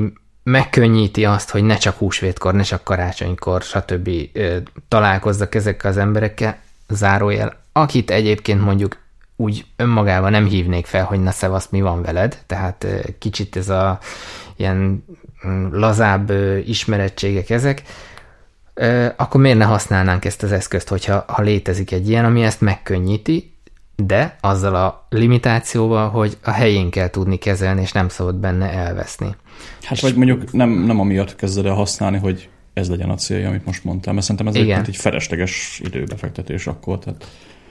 megkönnyíti azt, hogy ne csak húsvétkor, ne csak karácsonykor, stb. Találkozzak ezekkel az emberekkel, zárójel, akit egyébként mondjuk úgy önmagában nem hívnék fel, hogy na szevasz, mi van veled, tehát kicsit ez a ilyen lazább ismerettségek ezek, akkor miért ne használnánk ezt az eszközt, hogyha létezik egy ilyen, ami ezt megkönnyíti, de azzal a limitációval, hogy a helyén kell tudni kezelni, és nem szabad benne elveszni. Hát vagy mondjuk nem amiatt kezded el használni, hogy ez legyen a célja, amit most mondtam, mert szerintem ez egy felesleges időbefektetés akkor. Tehát...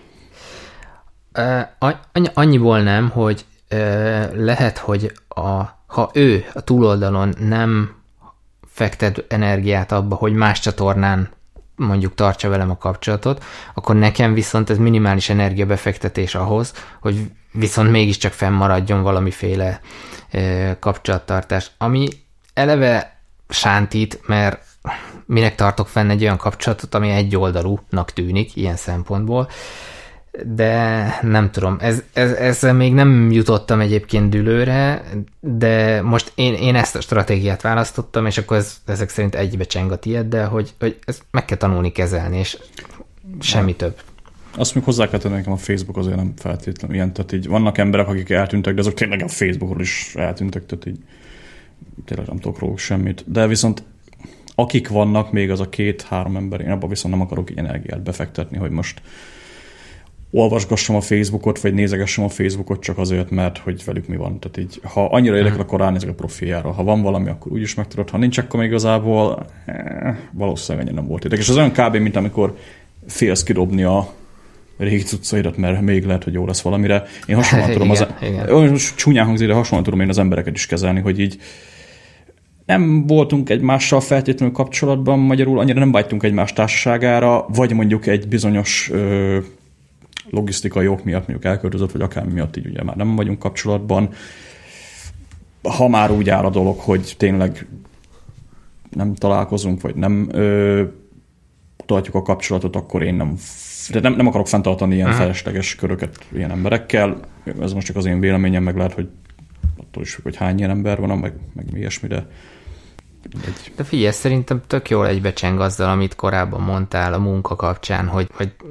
Annyiból nem, hogy lehet, hogy ha ő a túloldalon nem fektet energiát abba, hogy más csatornán mondjuk tartsa velem a kapcsolatot, akkor nekem viszont ez minimális energiabefektetés ahhoz, hogy viszont mégiscsak fennmaradjon valamiféle kapcsolattartás, ami eleve sántít, mert minek tartok fenn egy olyan kapcsolatot, ami egyoldalúnak tűnik ilyen szempontból, de nem tudom, ezzel még nem jutottam egyébként dűlőre, de most én ezt a stratégiát választottam, és akkor ezek szerint egybecseng a tiéddel, hogy ezt meg kell tanulni kezelni, és semmi több. Azt még hozzá kell tenni, nekem a Facebook azért nem feltétlenül ilyen, tehát így vannak emberek, akik eltűntek, de azok tényleg a Facebookról is eltűntek, tehát így tényleg nem tudok róluk semmit. De viszont akik vannak, még az a 2-3 ember, én abban viszont nem akarok így energiát befektetni, hogy most olvasgassam a Facebookot, vagy nézegessem a Facebookot csak azért, mert hogy velük mi van. Tehát így, ha annyira érdekel, akkor ránézek a profiljára. Ha van valami, akkor úgyis megtudod. Ha nincs, akkor még igazából valószínűleg ennyi nem volt érdekes. És az olyan kb. Mint amikor félsz kidobni a régi cuccaidat, mert még lehet, hogy jó lesz valamire. Én hasonlóan tudom, csúnyán hangzik, de hasonlóan tudom én az embereket is kezelni, hogy így nem voltunk egymással feltétlenül kapcsolatban, magyarul annyira nem vágytunk egymás társaságára, vagy mondjuk egy bizonyos logisztikai ok miatt mondjuk elköltözött, vagy akár miatt így ugye már nem vagyunk kapcsolatban. Ha már úgy áll a dolog, hogy tényleg nem találkozunk, vagy nem tartjuk a kapcsolatot, akkor én nem akarok fenntartani ilyen felesleges köröket ilyen emberekkel. Ez most csak az én véleményem, meg lehet, hogy attól is, hogy hány ilyen ember van, meg mi ilyesmi, de... De figyelj, szerintem tök jól egybecseng azzal, amit korábban mondtál a munka kapcsán, hogy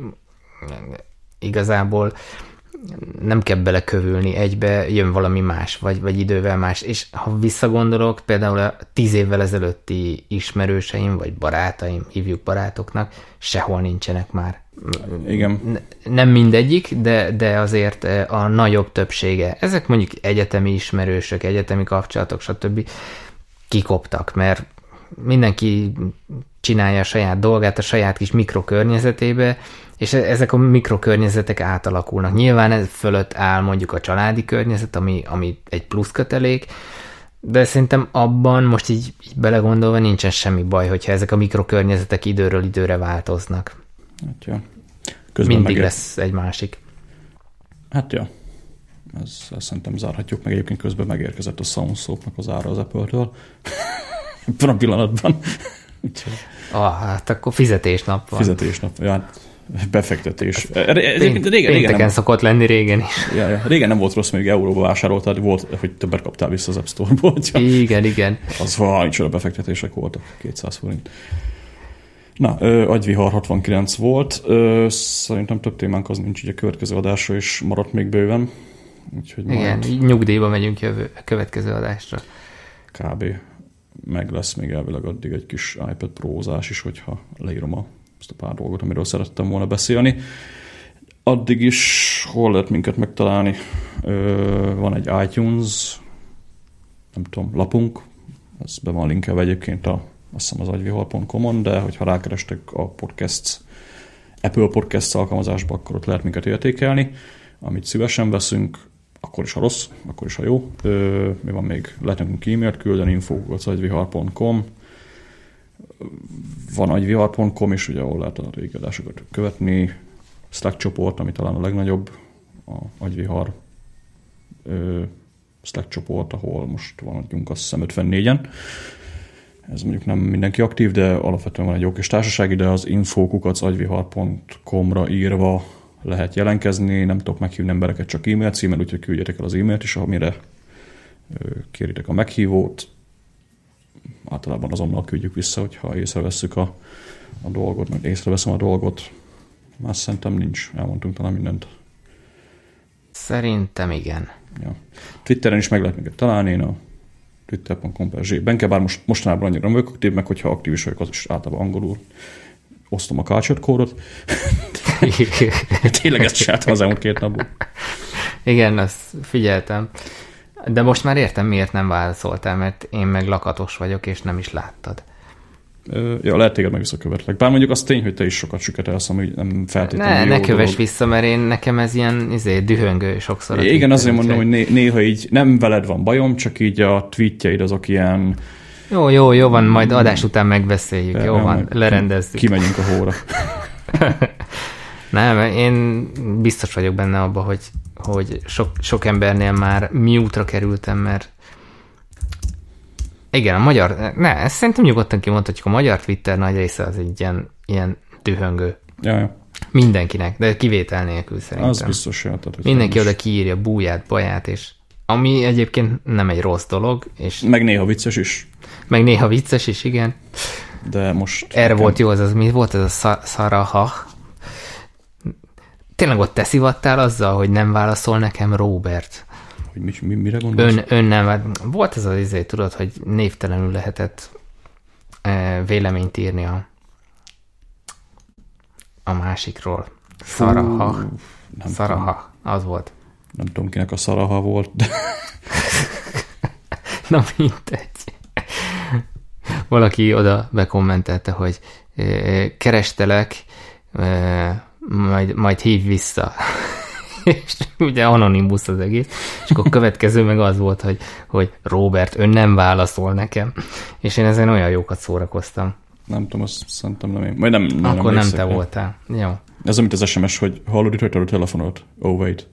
igazából nem kell belekövülni, egybe jön valami más, vagy idővel más. És ha visszagondolok, például a 10 évvel ezelőtti ismerőseim, vagy barátaim, hívjuk barátoknak, sehol nincsenek már. Igen. Nem mindegyik, de azért a nagyobb többsége. Ezek mondjuk egyetemi ismerősök, egyetemi kapcsolatok, stb. Kikoptak, mert mindenki csinálja a saját dolgát a saját kis mikrokörnyezetébe, és ezek a mikrokörnyezetek átalakulnak. Nyilván ez fölött áll mondjuk a családi környezet, ami egy plusz kötelék, de szerintem abban most így belegondolva nincsen semmi baj, hogyha ezek a mikrokörnyezetek időről időre változnak. Hát ja. Mindig lesz egy másik. Hát ja. Ezt szerintem zárhatjuk meg. Egyébként közben megérkezett a SoundSoap-nak az ára az Apple-től. Ebben a pillanatban. Hát akkor fizetésnap van. Fizetésnap, ja, befektetés. Pénteken szokott lenni régen is. Ja. Régen nem volt rossz, még euróba vásároltad, volt, hogy többet kaptál vissza az App Store-ból. Igen. Az micsoda befektetések voltak, 200 forint. Na, agyvihar 69 volt. Szerintem több témánk az nincs, ugye a következő adásra is maradt még bőven. Úgyhogy igen, nyugdíjba megyünk következő adásra. Kb. Meg lesz még elvileg addig egy kis iPad Pro-zás is, hogyha leírom azt a pár dolgot, amiről szerettem volna beszélni. Addig is hol lehet minket megtalálni? Van egy iTunes, nem tudom, lapunk, ez be van linkelve egyébként azt hiszem az agyvihar.com-on, de hogyha rákerestek a Apple Podcasts alkalmazásba, akkor ott lehet minket értékelni, amit szívesen veszünk, akkor is, ha rossz, akkor is, ha jó. Mi van még? Lehet nekünk e-mailt küldeni, info@agyvihar.com. Van agyvihar.com is, ugye, ahol lehet a régi adásokat követni. Slack csoport, ami talán a legnagyobb, a Agyvihar Slack csoport, ahol most vannak azt hiszem 54-en. Ez mondjuk nem mindenki aktív, de alapvetően van egy jó kis társaság, de az info@agyvihar.com-ra írva lehet jelentkezni, nem tudok meghívni embereket, csak e-mail címmel, úgyhogy küldjetek el az e-mailt is, amire kéritek a meghívót. általában azonnal küldjük vissza, hogyha észrevesszük a dolgot, meg észreveszem a dolgot. Már szerintem nincs, elmondtunk talán mindent. Szerintem igen. Ja. Twitteren is meg lehet minket találni, én a twitter.com/benke, bár mostanában annyira nem vagyok aktív, meg hogyha aktív is vagyok, az is általában angolul. Osztom a culture kódot. Tényleg ezt csináltam az elmúlt 2 napban. Igen, azt figyeltem. De most már értem, miért nem válaszoltál, mert én meg lakatos vagyok, és nem is láttad. Ja, lehet téged meg visszakövetlek. Bár mondjuk az tény, hogy te is sokat süketelsz, ami nem feltétlenül Ne kövess vissza, mert nekem ez ilyen dühöngő sokszor. Igen, azért mondom, hogy néha így nem veled van bajom, csak így a tweetjeid azok ilyen... Jó van, majd adás után megbeszéljük. Jó van, lerendezzük. Kimegyünk a hóra. Nem, én biztos vagyok benne abban, hogy sok embernél már mute-ra kerültem, mert igen, a magyar, ezt szerintem nyugodtan kimondhatjuk, a magyar Twitter nagy része az egy ilyen dühöngő. Ja. Mindenkinek, de kivétel nélkül szerintem. Az biztos, ja. Tehát, mindenki oda kiírja búját, baját, és ami egyébként nem egy rossz dolog. És meg néha vicces is. Meg néha vicces is, igen. De most... Erre volt jó, mi volt ez a Szaraha? Tényleg ott te szivattál azzal, hogy nem válaszol nekem Robert. Hogy mire gondolsz? Ön nem, volt ez az tudod, hogy névtelenül lehetett véleményt írni a másikról. Szaraha. Szaraha, az volt. Nem tudom, kinek a Szaraha volt, de... Na mindegy. Valaki oda bekommentelte, hogy kerestelek, majd hívj vissza. És ugye anonimus az egész. És akkor a következő meg az volt, hogy Robert, ön nem válaszol nekem. És én ezen olyan jókat szórakoztam. Nem tudom, azt szerintem nem én. Majd nem akkor nem te voltál. Jó. Ez mint az SMS, hogy hallod, itt a telefonot. Oh, wait.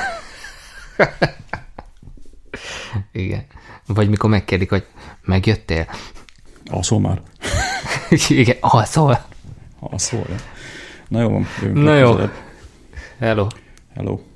Igen. Vagy mikor megkérdik, hogy megjöttél? Alszol már. Igen, alszol. Alszol, ja. Na jó van. Na jó. Hello. Hello.